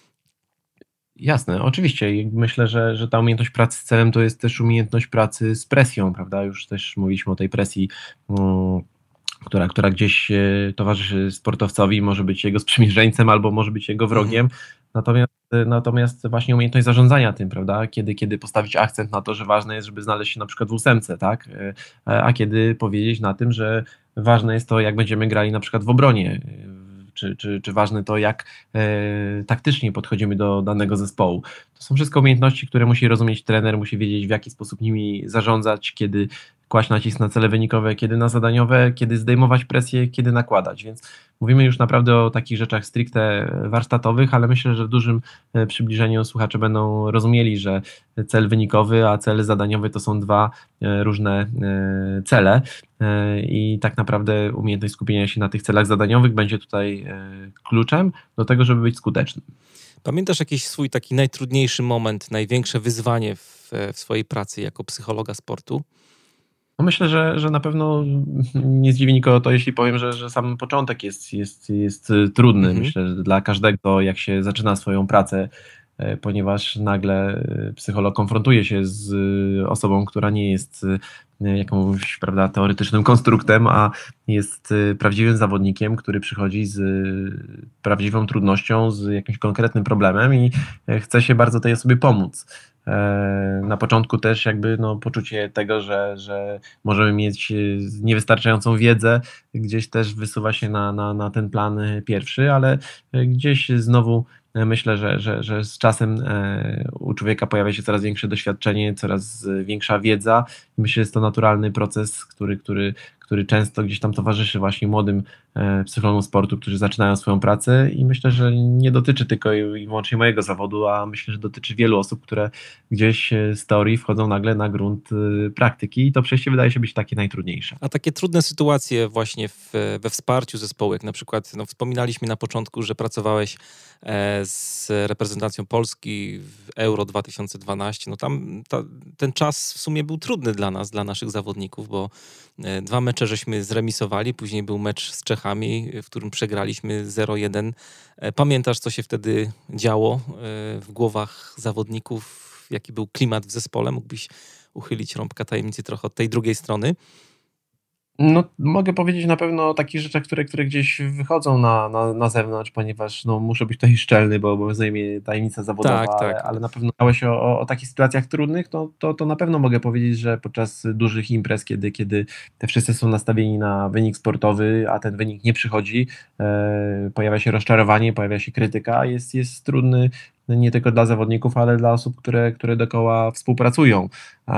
Jasne, oczywiście. I myślę, że ta umiejętność pracy z celem to jest też umiejętność pracy z presją, prawda? Już też mówiliśmy o tej presji, która gdzieś towarzyszy sportowcowi, może być jego sprzymierzeńcem albo może być jego wrogiem. Natomiast właśnie umiejętność zarządzania tym, prawda? Kiedy postawić akcent na to, że ważne jest, żeby znaleźć się na przykład w ósemce, tak? A kiedy powiedzieć na tym, że ważne jest to, jak będziemy grali na przykład w obronie, czy ważne to, jak taktycznie podchodzimy do danego zespołu. To są wszystko umiejętności, które musi rozumieć trener, musi wiedzieć, w jaki sposób nimi zarządzać, kiedy kłaść nacisk na cele wynikowe, kiedy na zadaniowe, kiedy zdejmować presję, kiedy nakładać. Więc mówimy już naprawdę o takich rzeczach stricte warsztatowych, ale myślę, że w dużym przybliżeniu słuchacze będą rozumieli, że cel wynikowy, a cel zadaniowy to są dwa różne cele i tak naprawdę umiejętność skupienia się na tych celach zadaniowych będzie tutaj kluczem do tego, żeby być skutecznym. Pamiętasz jakiś swój taki najtrudniejszy moment, największe wyzwanie w swojej pracy jako psychologa sportu? No myślę, że na pewno nie zdziwi nikogo to, jeśli powiem, że sam początek jest trudny. Myślę, że dla każdego, jak się zaczyna swoją pracę, ponieważ nagle psycholog konfrontuje się z osobą, która nie jest jakąś, prawda, teoretycznym konstruktem, a jest prawdziwym zawodnikiem, który przychodzi z prawdziwą trudnością, z jakimś konkretnym problemem i chce się bardzo tej osobie pomóc. Na początku też jakby poczucie tego, że możemy mieć niewystarczającą wiedzę, gdzieś też wysuwa się na ten plan pierwszy, ale gdzieś znowu myślę, że z czasem u człowieka pojawia się coraz większe doświadczenie, coraz większa wiedza i myślę, że jest to naturalny proces, który często gdzieś tam towarzyszy właśnie młodym psychologom sportu, którzy zaczynają swoją pracę i myślę, że nie dotyczy tylko i wyłącznie mojego zawodu, a myślę, że dotyczy wielu osób, które gdzieś z teorii wchodzą nagle na grunt praktyki i to przejście wydaje się być takie najtrudniejsze. A takie trudne sytuacje właśnie we wsparciu zespołu, jak na przykład wspominaliśmy na początku, że pracowałeś z reprezentacją Polski w Euro 2012, tam ten czas w sumie był trudny dla nas, dla naszych zawodników, bo 2 mecze żeśmy zremisowali, później był mecz z Czechami, w którym przegraliśmy 0-1. Pamiętasz, co się wtedy działo w głowach zawodników? Jaki był klimat w zespole? Mógłbyś uchylić rąbka tajemnicy trochę od tej drugiej strony? No, mogę powiedzieć na pewno o takich rzeczach, które gdzieś wychodzą na zewnątrz, ponieważ muszę być tutaj szczelny, bo obowiązuje mnie tajemnica zawodowa, Tak. ale na pewno mówiłeś o takich sytuacjach trudnych, to na pewno mogę powiedzieć, że podczas dużych imprez, kiedy te wszyscy są nastawieni na wynik sportowy, a ten wynik nie przychodzi, pojawia się rozczarowanie, pojawia się krytyka, jest trudny nie tylko dla zawodników, ale dla osób, które dookoła współpracują.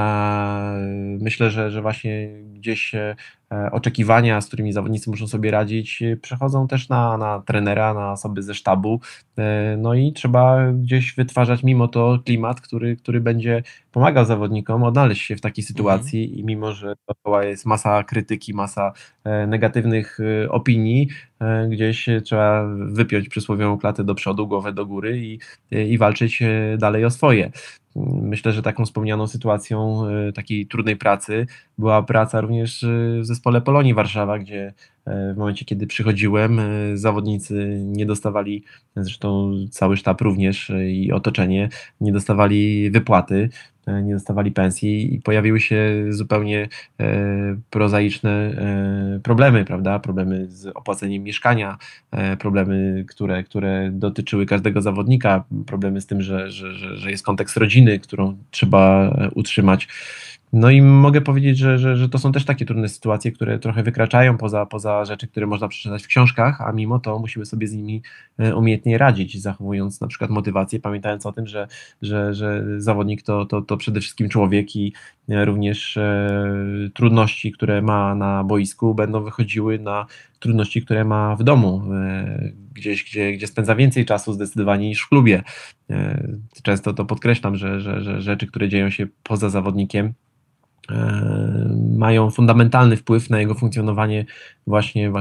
Myślę, że właśnie gdzieś oczekiwania, z którymi zawodnicy muszą sobie radzić, przechodzą też na trenera, na osoby ze sztabu. No i trzeba gdzieś wytwarzać mimo to klimat, który będzie pomagał zawodnikom odnaleźć się w takiej sytuacji i mimo, że dookoła jest masa krytyki, masa negatywnych opinii, gdzieś trzeba wypiąć przysłowiową klatę do przodu, głowę do góry i walczyć dalej o swoje. Myślę, że taką wspomnianą sytuacją takiej trudnej pracy była praca również w zespole Polonii Warszawa, gdzie w momencie, kiedy przychodziłem, zawodnicy nie dostawali, zresztą cały sztab również i otoczenie, nie dostawali wypłaty, nie dostawali pensji i pojawiły się zupełnie prozaiczne problemy, prawda? Problemy z opłaceniem mieszkania, problemy, które dotyczyły każdego zawodnika, problemy z tym, że jest kontekst rodziny, którą trzeba utrzymać. No i mogę powiedzieć, że to są też takie trudne sytuacje, które trochę wykraczają poza rzeczy, które można przeczytać w książkach, a mimo to musimy sobie z nimi umiejętnie radzić, zachowując na przykład motywację, pamiętając o tym, że zawodnik to przede wszystkim człowiek i również trudności, które ma na boisku, będą wychodziły na trudności, które ma w domu, gdzieś, gdzie spędza więcej czasu zdecydowanie niż w klubie. Często to podkreślam, że rzeczy, które dzieją się poza zawodnikiem, mają fundamentalny wpływ na jego funkcjonowanie właśnie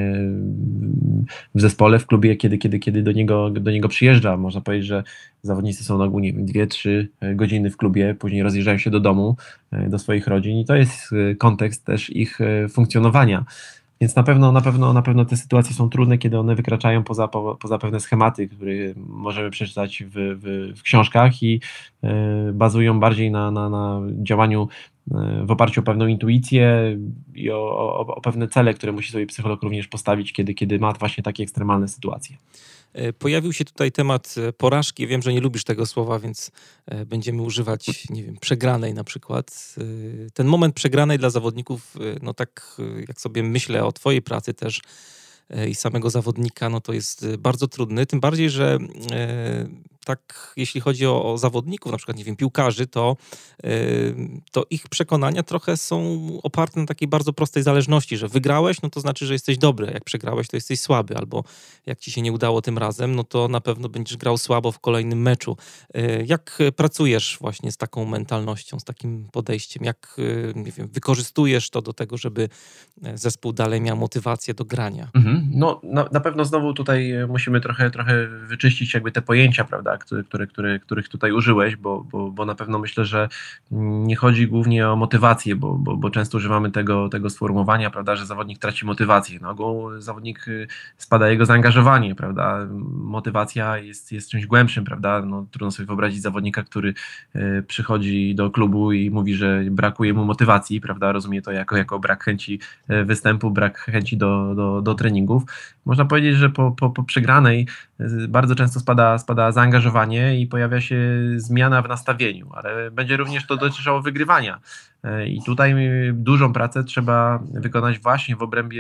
w zespole, w klubie, kiedy do niego przyjeżdża. Można powiedzieć, że zawodnicy są na ogół, nie wiem, 2-3 godziny w klubie, później rozjeżdżają się do domu, do swoich rodzin i to jest kontekst też ich funkcjonowania. Więc na pewno te sytuacje są trudne, kiedy one wykraczają poza pewne schematy, które możemy przeczytać w książkach i bazują bardziej na działaniu w oparciu o pewną intuicję i o pewne cele, które musi sobie psycholog również postawić, kiedy ma właśnie takie ekstremalne sytuacje. Pojawił się tutaj temat porażki. Wiem, że nie lubisz tego słowa, więc będziemy używać, nie wiem, przegranej na przykład. Ten moment przegranej dla zawodników, no tak jak sobie myślę o twojej pracy też i samego zawodnika, no to jest bardzo trudny. Tym bardziej, że tak jeśli chodzi o zawodników, na przykład, nie wiem, piłkarzy, to ich przekonania trochę są oparte na takiej bardzo prostej zależności, że wygrałeś, no to znaczy, że jesteś dobry, jak przegrałeś, to jesteś słaby, albo jak ci się nie udało tym razem, no to na pewno będziesz grał słabo w kolejnym meczu. Jak pracujesz właśnie z taką mentalnością, z takim podejściem? Jak, nie wiem, wykorzystujesz to do tego, żeby zespół dalej miał motywację do grania? No, na pewno znowu tutaj musimy trochę wyczyścić jakby te pojęcia, prawda, których tutaj użyłeś, bo na pewno myślę, że nie chodzi głównie o motywację, bo często używamy tego sformułowania, prawda, że zawodnik traci motywację. Na ogół zawodnik spada jego zaangażowanie, prawda. Motywacja jest czymś głębszym, prawda. No, trudno sobie wyobrazić zawodnika, który przychodzi do klubu i mówi, że brakuje mu motywacji, prawda, rozumie to jako brak chęci występu, brak chęci do treningów. Można powiedzieć, że po przegranej bardzo często spada zaangażowanie i pojawia się zmiana w nastawieniu, ale będzie również to dotyczyło wygrywania. I tutaj dużą pracę trzeba wykonać właśnie w obrębie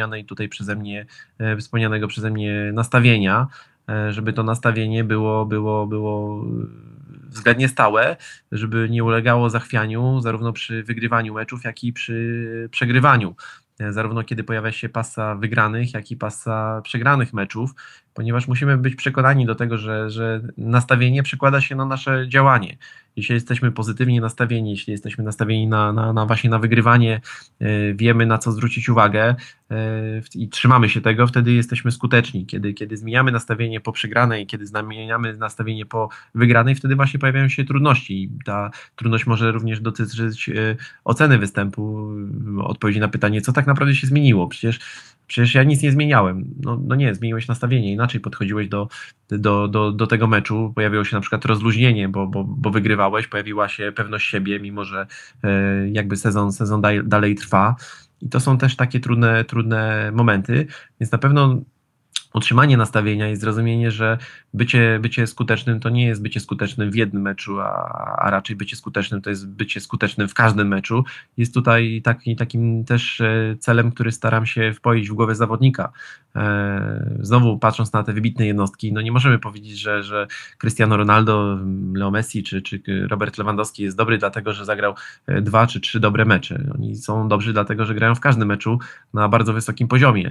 wspomnianego przeze mnie nastawienia, żeby to nastawienie było względnie stałe, żeby nie ulegało zachwianiu zarówno przy wygrywaniu meczów, jak i przy przegrywaniu. Zarówno kiedy pojawia się pasa wygranych, jak i pasa przegranych meczów, ponieważ musimy być przekonani do tego, że nastawienie przekłada się na nasze działanie. Jeśli jesteśmy pozytywnie nastawieni, jeśli jesteśmy nastawieni właśnie na wygrywanie, wiemy na co zwrócić uwagę i trzymamy się tego, wtedy jesteśmy skuteczni. Kiedy zmieniamy nastawienie po przegranej, kiedy zmieniamy nastawienie po wygranej, wtedy właśnie pojawiają się trudności. I ta trudność może również dotyczyć oceny występu, odpowiedzi na pytanie, co tak naprawdę się zmieniło. Przecież ja nic nie zmieniałem. No nie, zmieniłeś nastawienie, inaczej podchodziłeś do tego meczu, pojawiło się na przykład rozluźnienie, bo wygrywałeś, pojawiła się pewność siebie, mimo że jakby sezon dalej trwa. I to są też takie trudne momenty, więc na pewno utrzymanie nastawienia i zrozumienie, że bycie skutecznym to nie jest bycie skutecznym w jednym meczu, a raczej bycie skutecznym to jest bycie skutecznym w każdym meczu. Jest tutaj takim też celem, który staram się wpoić w głowę zawodnika. Znowu patrząc na te wybitne jednostki, no nie możemy powiedzieć, że Cristiano Ronaldo, Leo Messi czy Robert Lewandowski jest dobry dlatego, że zagrał 2 czy 3 dobre mecze. Oni są dobrzy dlatego, że grają w każdym meczu na bardzo wysokim poziomie.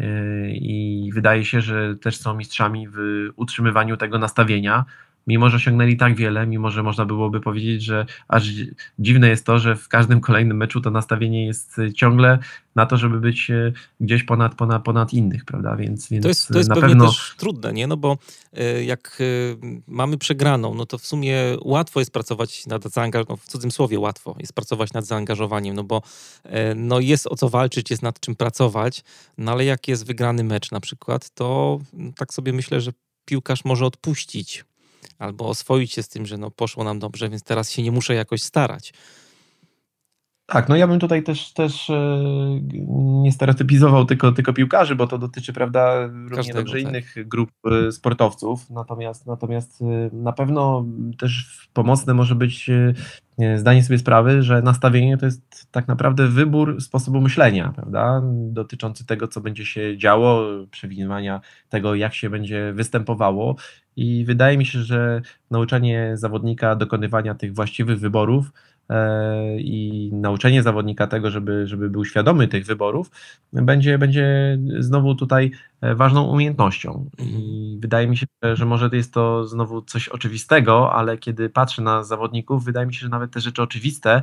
I wydaje się, że też są mistrzami w utrzymywaniu tego nastawienia, mimo że osiągnęli tak wiele, mimo że można byłoby powiedzieć, że aż dziwne jest to, że w każdym kolejnym meczu to nastawienie jest ciągle na to, żeby być gdzieś ponad innych, pewnie, więc to jest na pewnie pewno też trudne, nie? No bo jak mamy przegraną, no to w sumie łatwo jest pracować nad zaangażowaniem, w cudzysłowie łatwo jest pracować nad zaangażowaniem, no bo no jest o co walczyć, jest nad czym pracować, no ale jak jest wygrany mecz na przykład, to tak sobie myślę, że piłkarz może odpuścić albo oswoić się z tym, że no poszło nam dobrze, więc teraz się nie muszę jakoś starać. tak, no ja bym tutaj też nie stereotypizował tylko piłkarzy, bo to dotyczy, prawda, równie Każdego, dobrze tak. innych grup sportowców, natomiast na pewno też pomocne może być zdanie sobie sprawy, że nastawienie to jest tak naprawdę wybór sposobu myślenia, prawda, dotyczący tego, co będzie się działo, przewidywania tego, jak się będzie występowało i wydaje mi się, że nauczanie zawodnika dokonywania tych właściwych wyborów i nauczenie zawodnika tego, żeby był świadomy tych wyborów, będzie znowu tutaj ważną umiejętnością. I wydaje mi się, że może jest to znowu coś oczywistego, ale kiedy patrzę na zawodników, wydaje mi się, że nawet te rzeczy oczywiste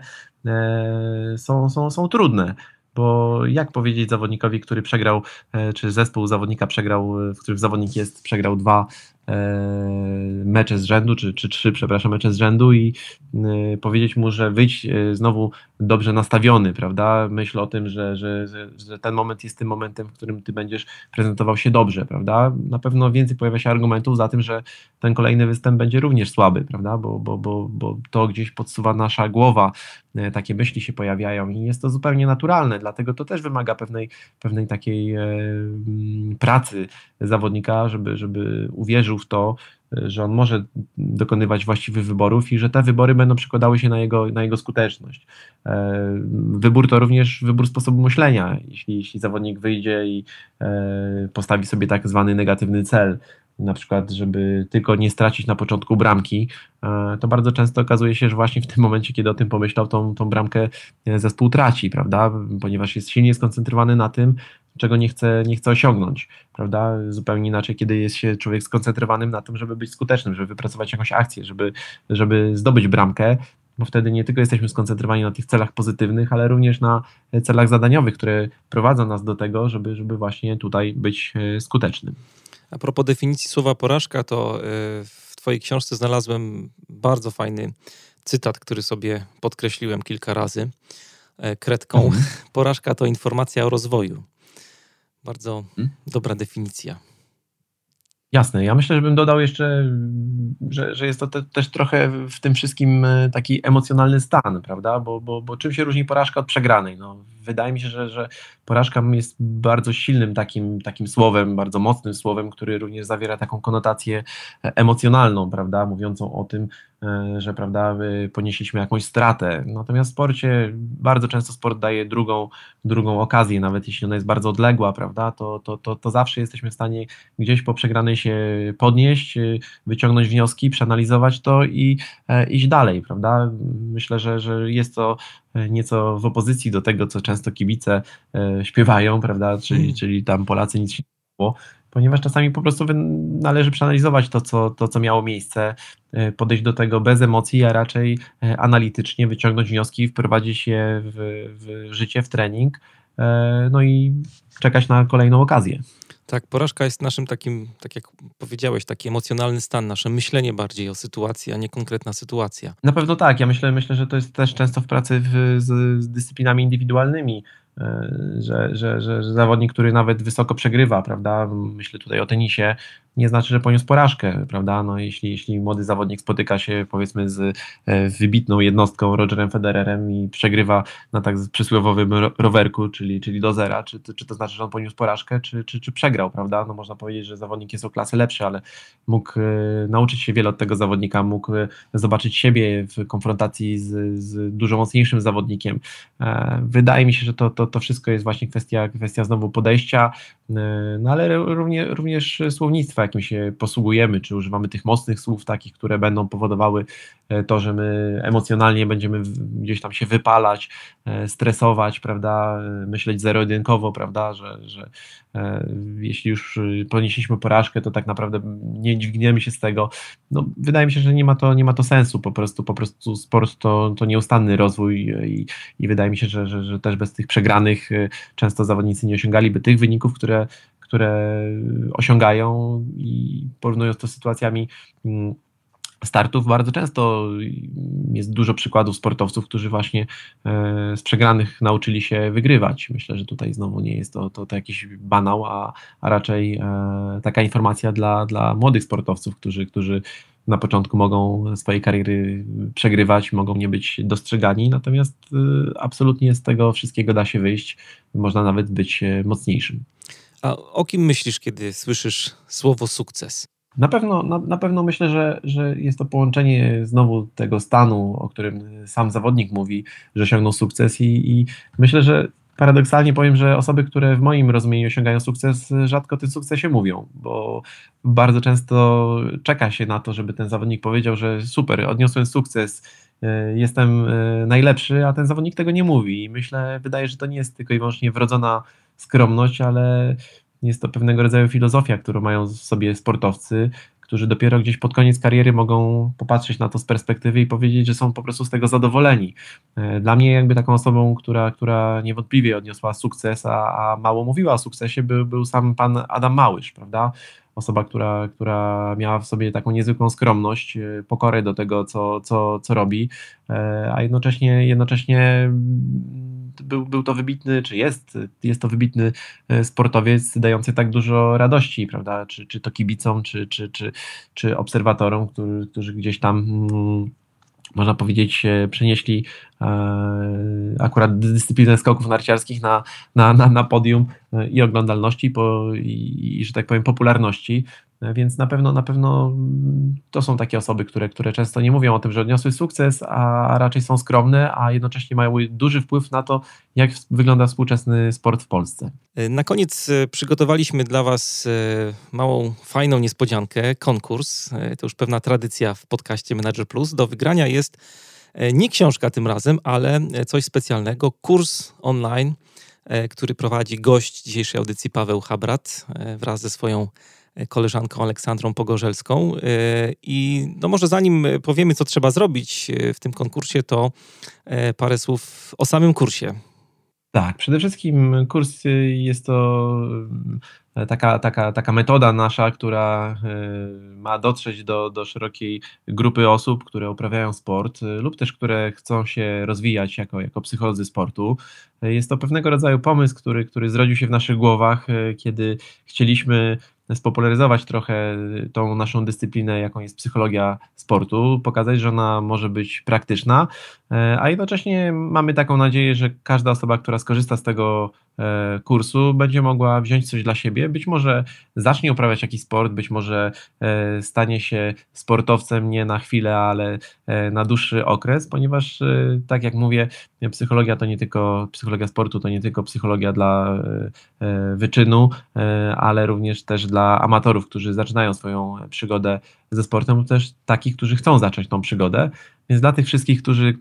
są trudne. Bo jak powiedzieć zawodnikowi, który przegrał, czy zespół zawodnika przegrał, w którym zawodnik jest, przegrał 2 mecze z rzędu, czy 3, przepraszam, mecze z rzędu i powiedzieć mu, że wyjdź znowu dobrze nastawiony, prawda? Myśl o tym, że ten moment jest tym momentem, w którym ty będziesz prezentował się dobrze, prawda? Na pewno więcej pojawia się argumentów za tym, że ten kolejny występ będzie również słaby, prawda? Bo to gdzieś podsuwa nasza głowa, takie myśli się pojawiają i jest to zupełnie naturalne, dlatego to też wymaga pewnej takiej pracy zawodnika, żeby uwierzył w to, że on może dokonywać właściwych wyborów i że te wybory będą przekładały się na jego skuteczność. Wybór to również wybór sposobu myślenia. Jeśli zawodnik wyjdzie i postawi sobie tak zwany negatywny cel, na przykład, żeby tylko nie stracić na początku bramki, to bardzo często okazuje się, że właśnie w tym momencie, kiedy o tym pomyślał, tą bramkę zespół traci, prawda? Ponieważ jest silnie skoncentrowany na tym, czego nie chce osiągnąć, prawda? Zupełnie inaczej, kiedy jest się człowiek skoncentrowanym na tym, żeby być skutecznym, żeby wypracować jakąś akcję, żeby zdobyć bramkę, bo wtedy nie tylko jesteśmy skoncentrowani na tych celach pozytywnych, ale również na celach zadaniowych, które prowadzą nas do tego, żeby właśnie tutaj być skutecznym. A propos definicji słowa porażka, to w twojej książce znalazłem bardzo fajny cytat, który sobie podkreśliłem kilka razy kredką. Porażka to informacja o rozwoju. Bardzo dobra definicja. Jasne. Ja myślę, że bym dodał jeszcze, że jest to też trochę w tym wszystkim taki emocjonalny stan, prawda? Bo czym się różni porażka od przegranej? No, wydaje mi się, że porażka jest bardzo silnym takim słowem, bardzo mocnym słowem, który również zawiera taką konotację emocjonalną, prawda? Mówiącą o tym, że prawda, ponieśliśmy jakąś stratę. Natomiast w sporcie bardzo często sport daje drugą okazję, nawet jeśli ona jest bardzo odległa, prawda? To zawsze jesteśmy w stanie gdzieś po przegranej się podnieść, wyciągnąć wnioski, przeanalizować to i iść dalej, prawda? Myślę, że jest to nieco w opozycji do tego, co często kibice śpiewają, prawda? Czyli tam Polacy nic się nie było, ponieważ czasami po prostu należy przeanalizować to, co miało miejsce, podejść do tego bez emocji, a raczej analitycznie wyciągnąć wnioski, wprowadzić je w życie, w trening, no i czekać na kolejną okazję. Tak, porażka jest naszym takim, tak jak powiedziałeś, taki emocjonalny stan, nasze myślenie bardziej o sytuacji, a nie konkretna sytuacja. Na pewno tak. Ja myślę, że to jest też często w pracy z dyscyplinami indywidualnymi, że zawodnik, który nawet wysoko przegrywa, prawda, myślę tutaj o tenisie, nie znaczy, że poniósł porażkę, prawda, no jeśli młody zawodnik spotyka się powiedzmy z wybitną jednostką Rogerem Federerem i przegrywa na tak przysłowiowym rowerku, czyli do zera, czy to znaczy, że on poniósł porażkę, czy przegrał, prawda, no można powiedzieć, że zawodnik jest o klasę lepszy, ale mógł nauczyć się wiele od tego zawodnika, mógł zobaczyć siebie w konfrontacji z dużo mocniejszym zawodnikiem. Wydaje mi się, że to wszystko jest właśnie kwestia znowu podejścia, no ale również słownictwa, jakim się posługujemy, czy używamy tych mocnych słów takich, które będą powodowały to, że my emocjonalnie będziemy gdzieś tam się wypalać, stresować, prawda, myśleć zero-jedynkowo, prawda, że jeśli już ponieśliśmy porażkę, to tak naprawdę nie dźwigniemy się z tego. No, wydaje mi się, że nie ma to sensu, po prostu sport to nieustanny rozwój i wydaje mi się, że też bez tych przegranych często zawodnicy nie osiągaliby tych wyników, które osiągają i porównując to z sytuacjami startów, bardzo często jest dużo przykładów sportowców, którzy właśnie z przegranych nauczyli się wygrywać. Myślę, że tutaj znowu nie jest to jakiś banał, a raczej taka informacja dla młodych sportowców, którzy na początku mogą swojej kariery przegrywać, mogą nie być dostrzegani, natomiast absolutnie z tego wszystkiego da się wyjść, można nawet być mocniejszym. A o kim myślisz, kiedy słyszysz słowo sukces? Na pewno myślę, że jest to połączenie znowu tego stanu, o którym sam zawodnik mówi, że osiągnął sukces i myślę, że Paradoksalnie powiem, że osoby, które w moim rozumieniu osiągają sukces, rzadko o tym sukcesie mówią, bo bardzo często czeka się na to, żeby ten zawodnik powiedział, że super, odniosłem sukces, jestem najlepszy, a ten zawodnik tego nie mówi. I myślę, wydaje, że to nie jest tylko i wyłącznie wrodzona skromność, ale jest to pewnego rodzaju filozofia, którą mają w sobie sportowcy, którzy dopiero gdzieś pod koniec kariery mogą popatrzeć na to z perspektywy i powiedzieć, że są po prostu z tego zadowoleni. Dla mnie jakby taką osobą, która niewątpliwie odniosła sukces, a mało mówiła o sukcesie, był sam pan Adam Małysz, prawda? Osoba, która miała w sobie taką niezwykłą skromność, pokorę do tego, co robi, a jednocześnie był to wybitny, czy jest to wybitny sportowiec dający tak dużo radości, prawda? Czy to kibicom, czy obserwatorom, którzy gdzieś tam można powiedzieć, przenieśli akurat dyscyplinę skoków narciarskich na podium i oglądalności i, że tak powiem, popularności. Więc na pewno to są takie osoby, które często nie mówią o tym, że odniosły sukces, a raczej są skromne, a jednocześnie mają duży wpływ na to, jak wygląda współczesny sport w Polsce. Na koniec przygotowaliśmy dla Was małą, fajną niespodziankę, konkurs. To już pewna tradycja w podcaście Manager Plus. Do wygrania jest nie książka tym razem, ale coś specjalnego. Kurs online, który prowadzi gość dzisiejszej audycji Paweł Habrat wraz ze swoją koleżanką Aleksandrą Pogorzelską. I no może zanim powiemy, co trzeba zrobić w tym konkursie, to parę słów o samym kursie. Tak, przede wszystkim kurs jest to taka metoda nasza, która ma dotrzeć do szerokiej grupy osób, które uprawiają sport lub też które chcą się rozwijać jako psycholodzy sportu. Jest to pewnego rodzaju pomysł, który zrodził się w naszych głowach, kiedy chcieliśmy spopularyzować trochę tą naszą dyscyplinę, jaką jest psychologia sportu, pokazać, że ona może być praktyczna, a jednocześnie mamy taką nadzieję, że każda osoba, która skorzysta z tego kursu, będzie mogła wziąć coś dla siebie, być może zacznie uprawiać jakiś sport, być może stanie się sportowcem nie na chwilę, ale na dłuższy okres, ponieważ tak jak mówię, psychologia sportu to nie tylko psychologia dla wyczynu, ale również też dla amatorów, którzy zaczynają swoją przygodę ze sportem, lub też takich, którzy chcą zacząć tą przygodę. Więc dla tych wszystkich,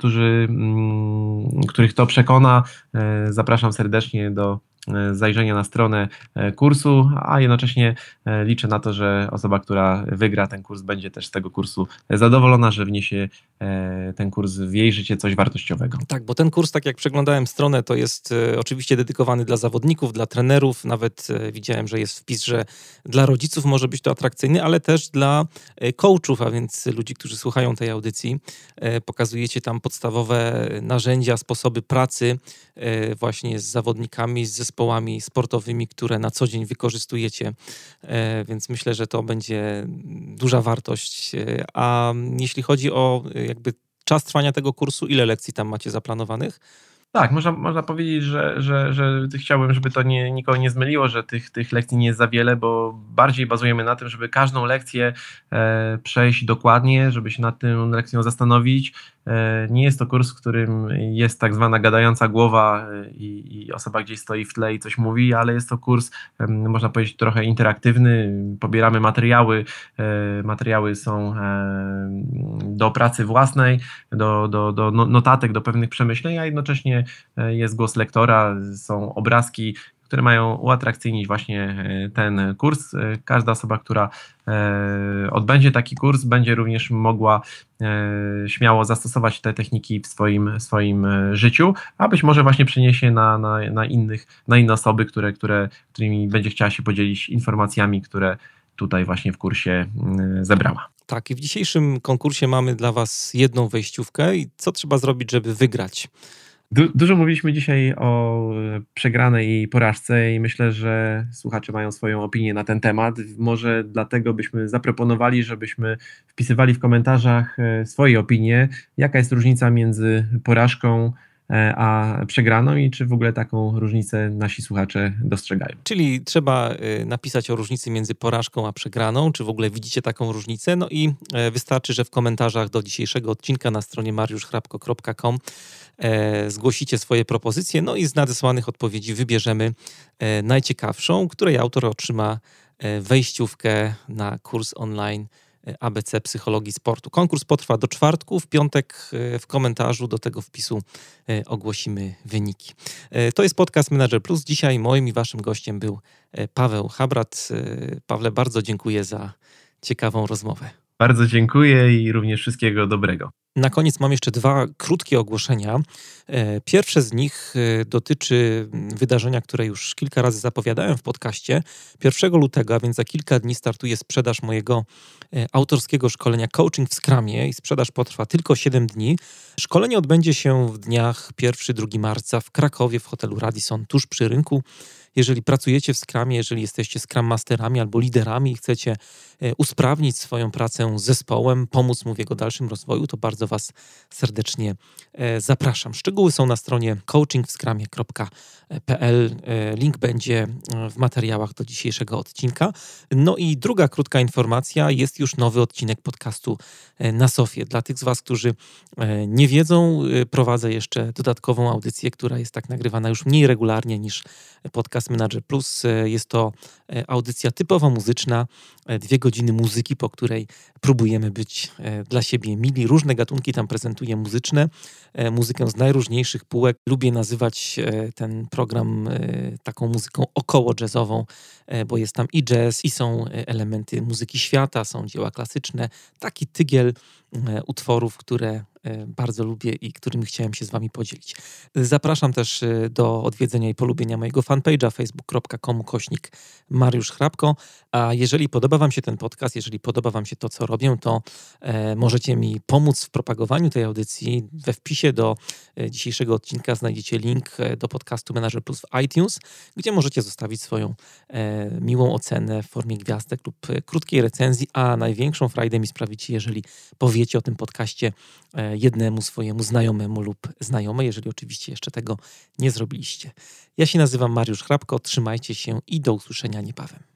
których to przekona, zapraszam serdecznie do zajrzenia na stronę kursu, a jednocześnie liczę na to, że osoba, która wygra ten kurs, będzie też z tego kursu zadowolona, że wniesie ten kurs w jej życie coś wartościowego. Tak, bo ten kurs, tak jak przeglądałem stronę, to jest oczywiście dedykowany dla zawodników, dla trenerów, nawet widziałem, że jest wpis, że dla rodziców może być to atrakcyjny, ale też dla coachów, a więc ludzi, którzy słuchają tej audycji. Pokazujecie tam podstawowe narzędzia, sposoby pracy właśnie z zawodnikami, z zespołami sportowymi, które na co dzień wykorzystujecie, więc myślę, że to będzie duża wartość. A jeśli chodzi o jakby czas trwania tego kursu, ile lekcji tam macie zaplanowanych? Tak, można powiedzieć, że chciałbym, żeby to nikogo nie zmyliło, że tych lekcji nie jest za wiele, bo bardziej bazujemy na tym, żeby każdą lekcję przejść dokładnie, żeby się nad tą lekcją zastanowić. Nie jest to kurs, w którym jest tak zwana gadająca głowa i osoba gdzieś stoi w tle i coś mówi, ale jest to kurs, można powiedzieć, trochę interaktywny. Pobieramy materiały są do pracy własnej, do notatek, do pewnych przemyśleń, a jednocześnie jest głos lektora, są obrazki, które mają uatrakcyjnić właśnie ten kurs. Każda osoba, która odbędzie taki kurs, będzie również mogła śmiało zastosować te techniki w swoim życiu, a być może właśnie przeniesie na inne osoby, którymi będzie chciała się podzielić informacjami, które tutaj właśnie w kursie zebrała. Tak, i w dzisiejszym konkursie mamy dla Was jedną wejściówkę. I co trzeba zrobić, żeby wygrać? Dużo mówiliśmy dzisiaj o przegranej i porażce i myślę, że słuchacze mają swoją opinię na ten temat. Może dlatego byśmy zaproponowali, żebyśmy wpisywali w komentarzach swoje opinie, jaka jest różnica między porażką a przegraną i czy w ogóle taką różnicę nasi słuchacze dostrzegają. Czyli trzeba napisać o różnicy między porażką a przegraną, czy w ogóle widzicie taką różnicę. No i wystarczy, że w komentarzach do dzisiejszego odcinka na stronie mariuszchrapko.com zgłosicie swoje propozycje, no i z nadesłanych odpowiedzi wybierzemy najciekawszą, której autor otrzyma wejściówkę na kurs online ABC Psychologii Sportu. Konkurs potrwa do czwartku. W piątek w komentarzu do tego wpisu ogłosimy wyniki. To jest podcast Manager Plus. Dzisiaj moim i waszym gościem był Paweł Habrat. Pawle, bardzo dziękuję za ciekawą rozmowę. Bardzo dziękuję i również wszystkiego dobrego. Na koniec mam jeszcze 2 krótkie ogłoszenia. Pierwsze z nich dotyczy wydarzenia, które już kilka razy zapowiadałem w podcaście. 1 lutego, a więc za kilka dni, startuje sprzedaż mojego autorskiego szkolenia Coaching w Scrumie i sprzedaż potrwa tylko 7 dni. Szkolenie odbędzie się w dniach 1-2 marca w Krakowie w hotelu Radisson tuż przy rynku. Jeżeli pracujecie w Scrumie, jeżeli jesteście Scrum Masterami albo liderami i chcecie usprawnić swoją pracę z zespołem, pomóc mu w jego dalszym rozwoju, to bardzo was serdecznie zapraszam. Szczegóły są na stronie coachingwscrumie.pl. Link będzie w materiałach do dzisiejszego odcinka. No i druga krótka informacja, jest już nowy odcinek podcastu Na Sofie. Dla tych z was, którzy nie wiedzą, prowadzę jeszcze dodatkową audycję, która jest tak nagrywana już mniej regularnie niż podcast Manager Plus. Jest to audycja typowo muzyczna, 2 godziny muzyki, po której próbujemy być dla siebie mili. Różne gatunki tam prezentuję muzyczne, muzykę z najróżniejszych półek. Lubię nazywać ten program taką muzyką około jazzową, bo jest tam i jazz, i są elementy muzyki świata, są dzieła klasyczne. Taki tygiel utworów, które bardzo lubię i którymi chciałem się z wami podzielić. Zapraszam też do odwiedzenia i polubienia mojego fanpage'a facebook.com/Mariusz Chrapko. A jeżeli podoba wam się ten podcast, jeżeli podoba wam się to, co robię, to możecie mi pomóc w propagowaniu tej audycji. We wpisie do dzisiejszego odcinka znajdziecie link do podcastu Manager Plus w iTunes, gdzie możecie zostawić swoją miłą ocenę w formie gwiazdek lub krótkiej recenzji, a największą frajdę mi sprawicie, jeżeli powiecie o tym podcaście jednemu swojemu znajomemu lub znajomej, jeżeli oczywiście jeszcze tego nie zrobiliście. Ja się nazywam Mariusz Chrapko, trzymajcie się i do usłyszenia niebawem.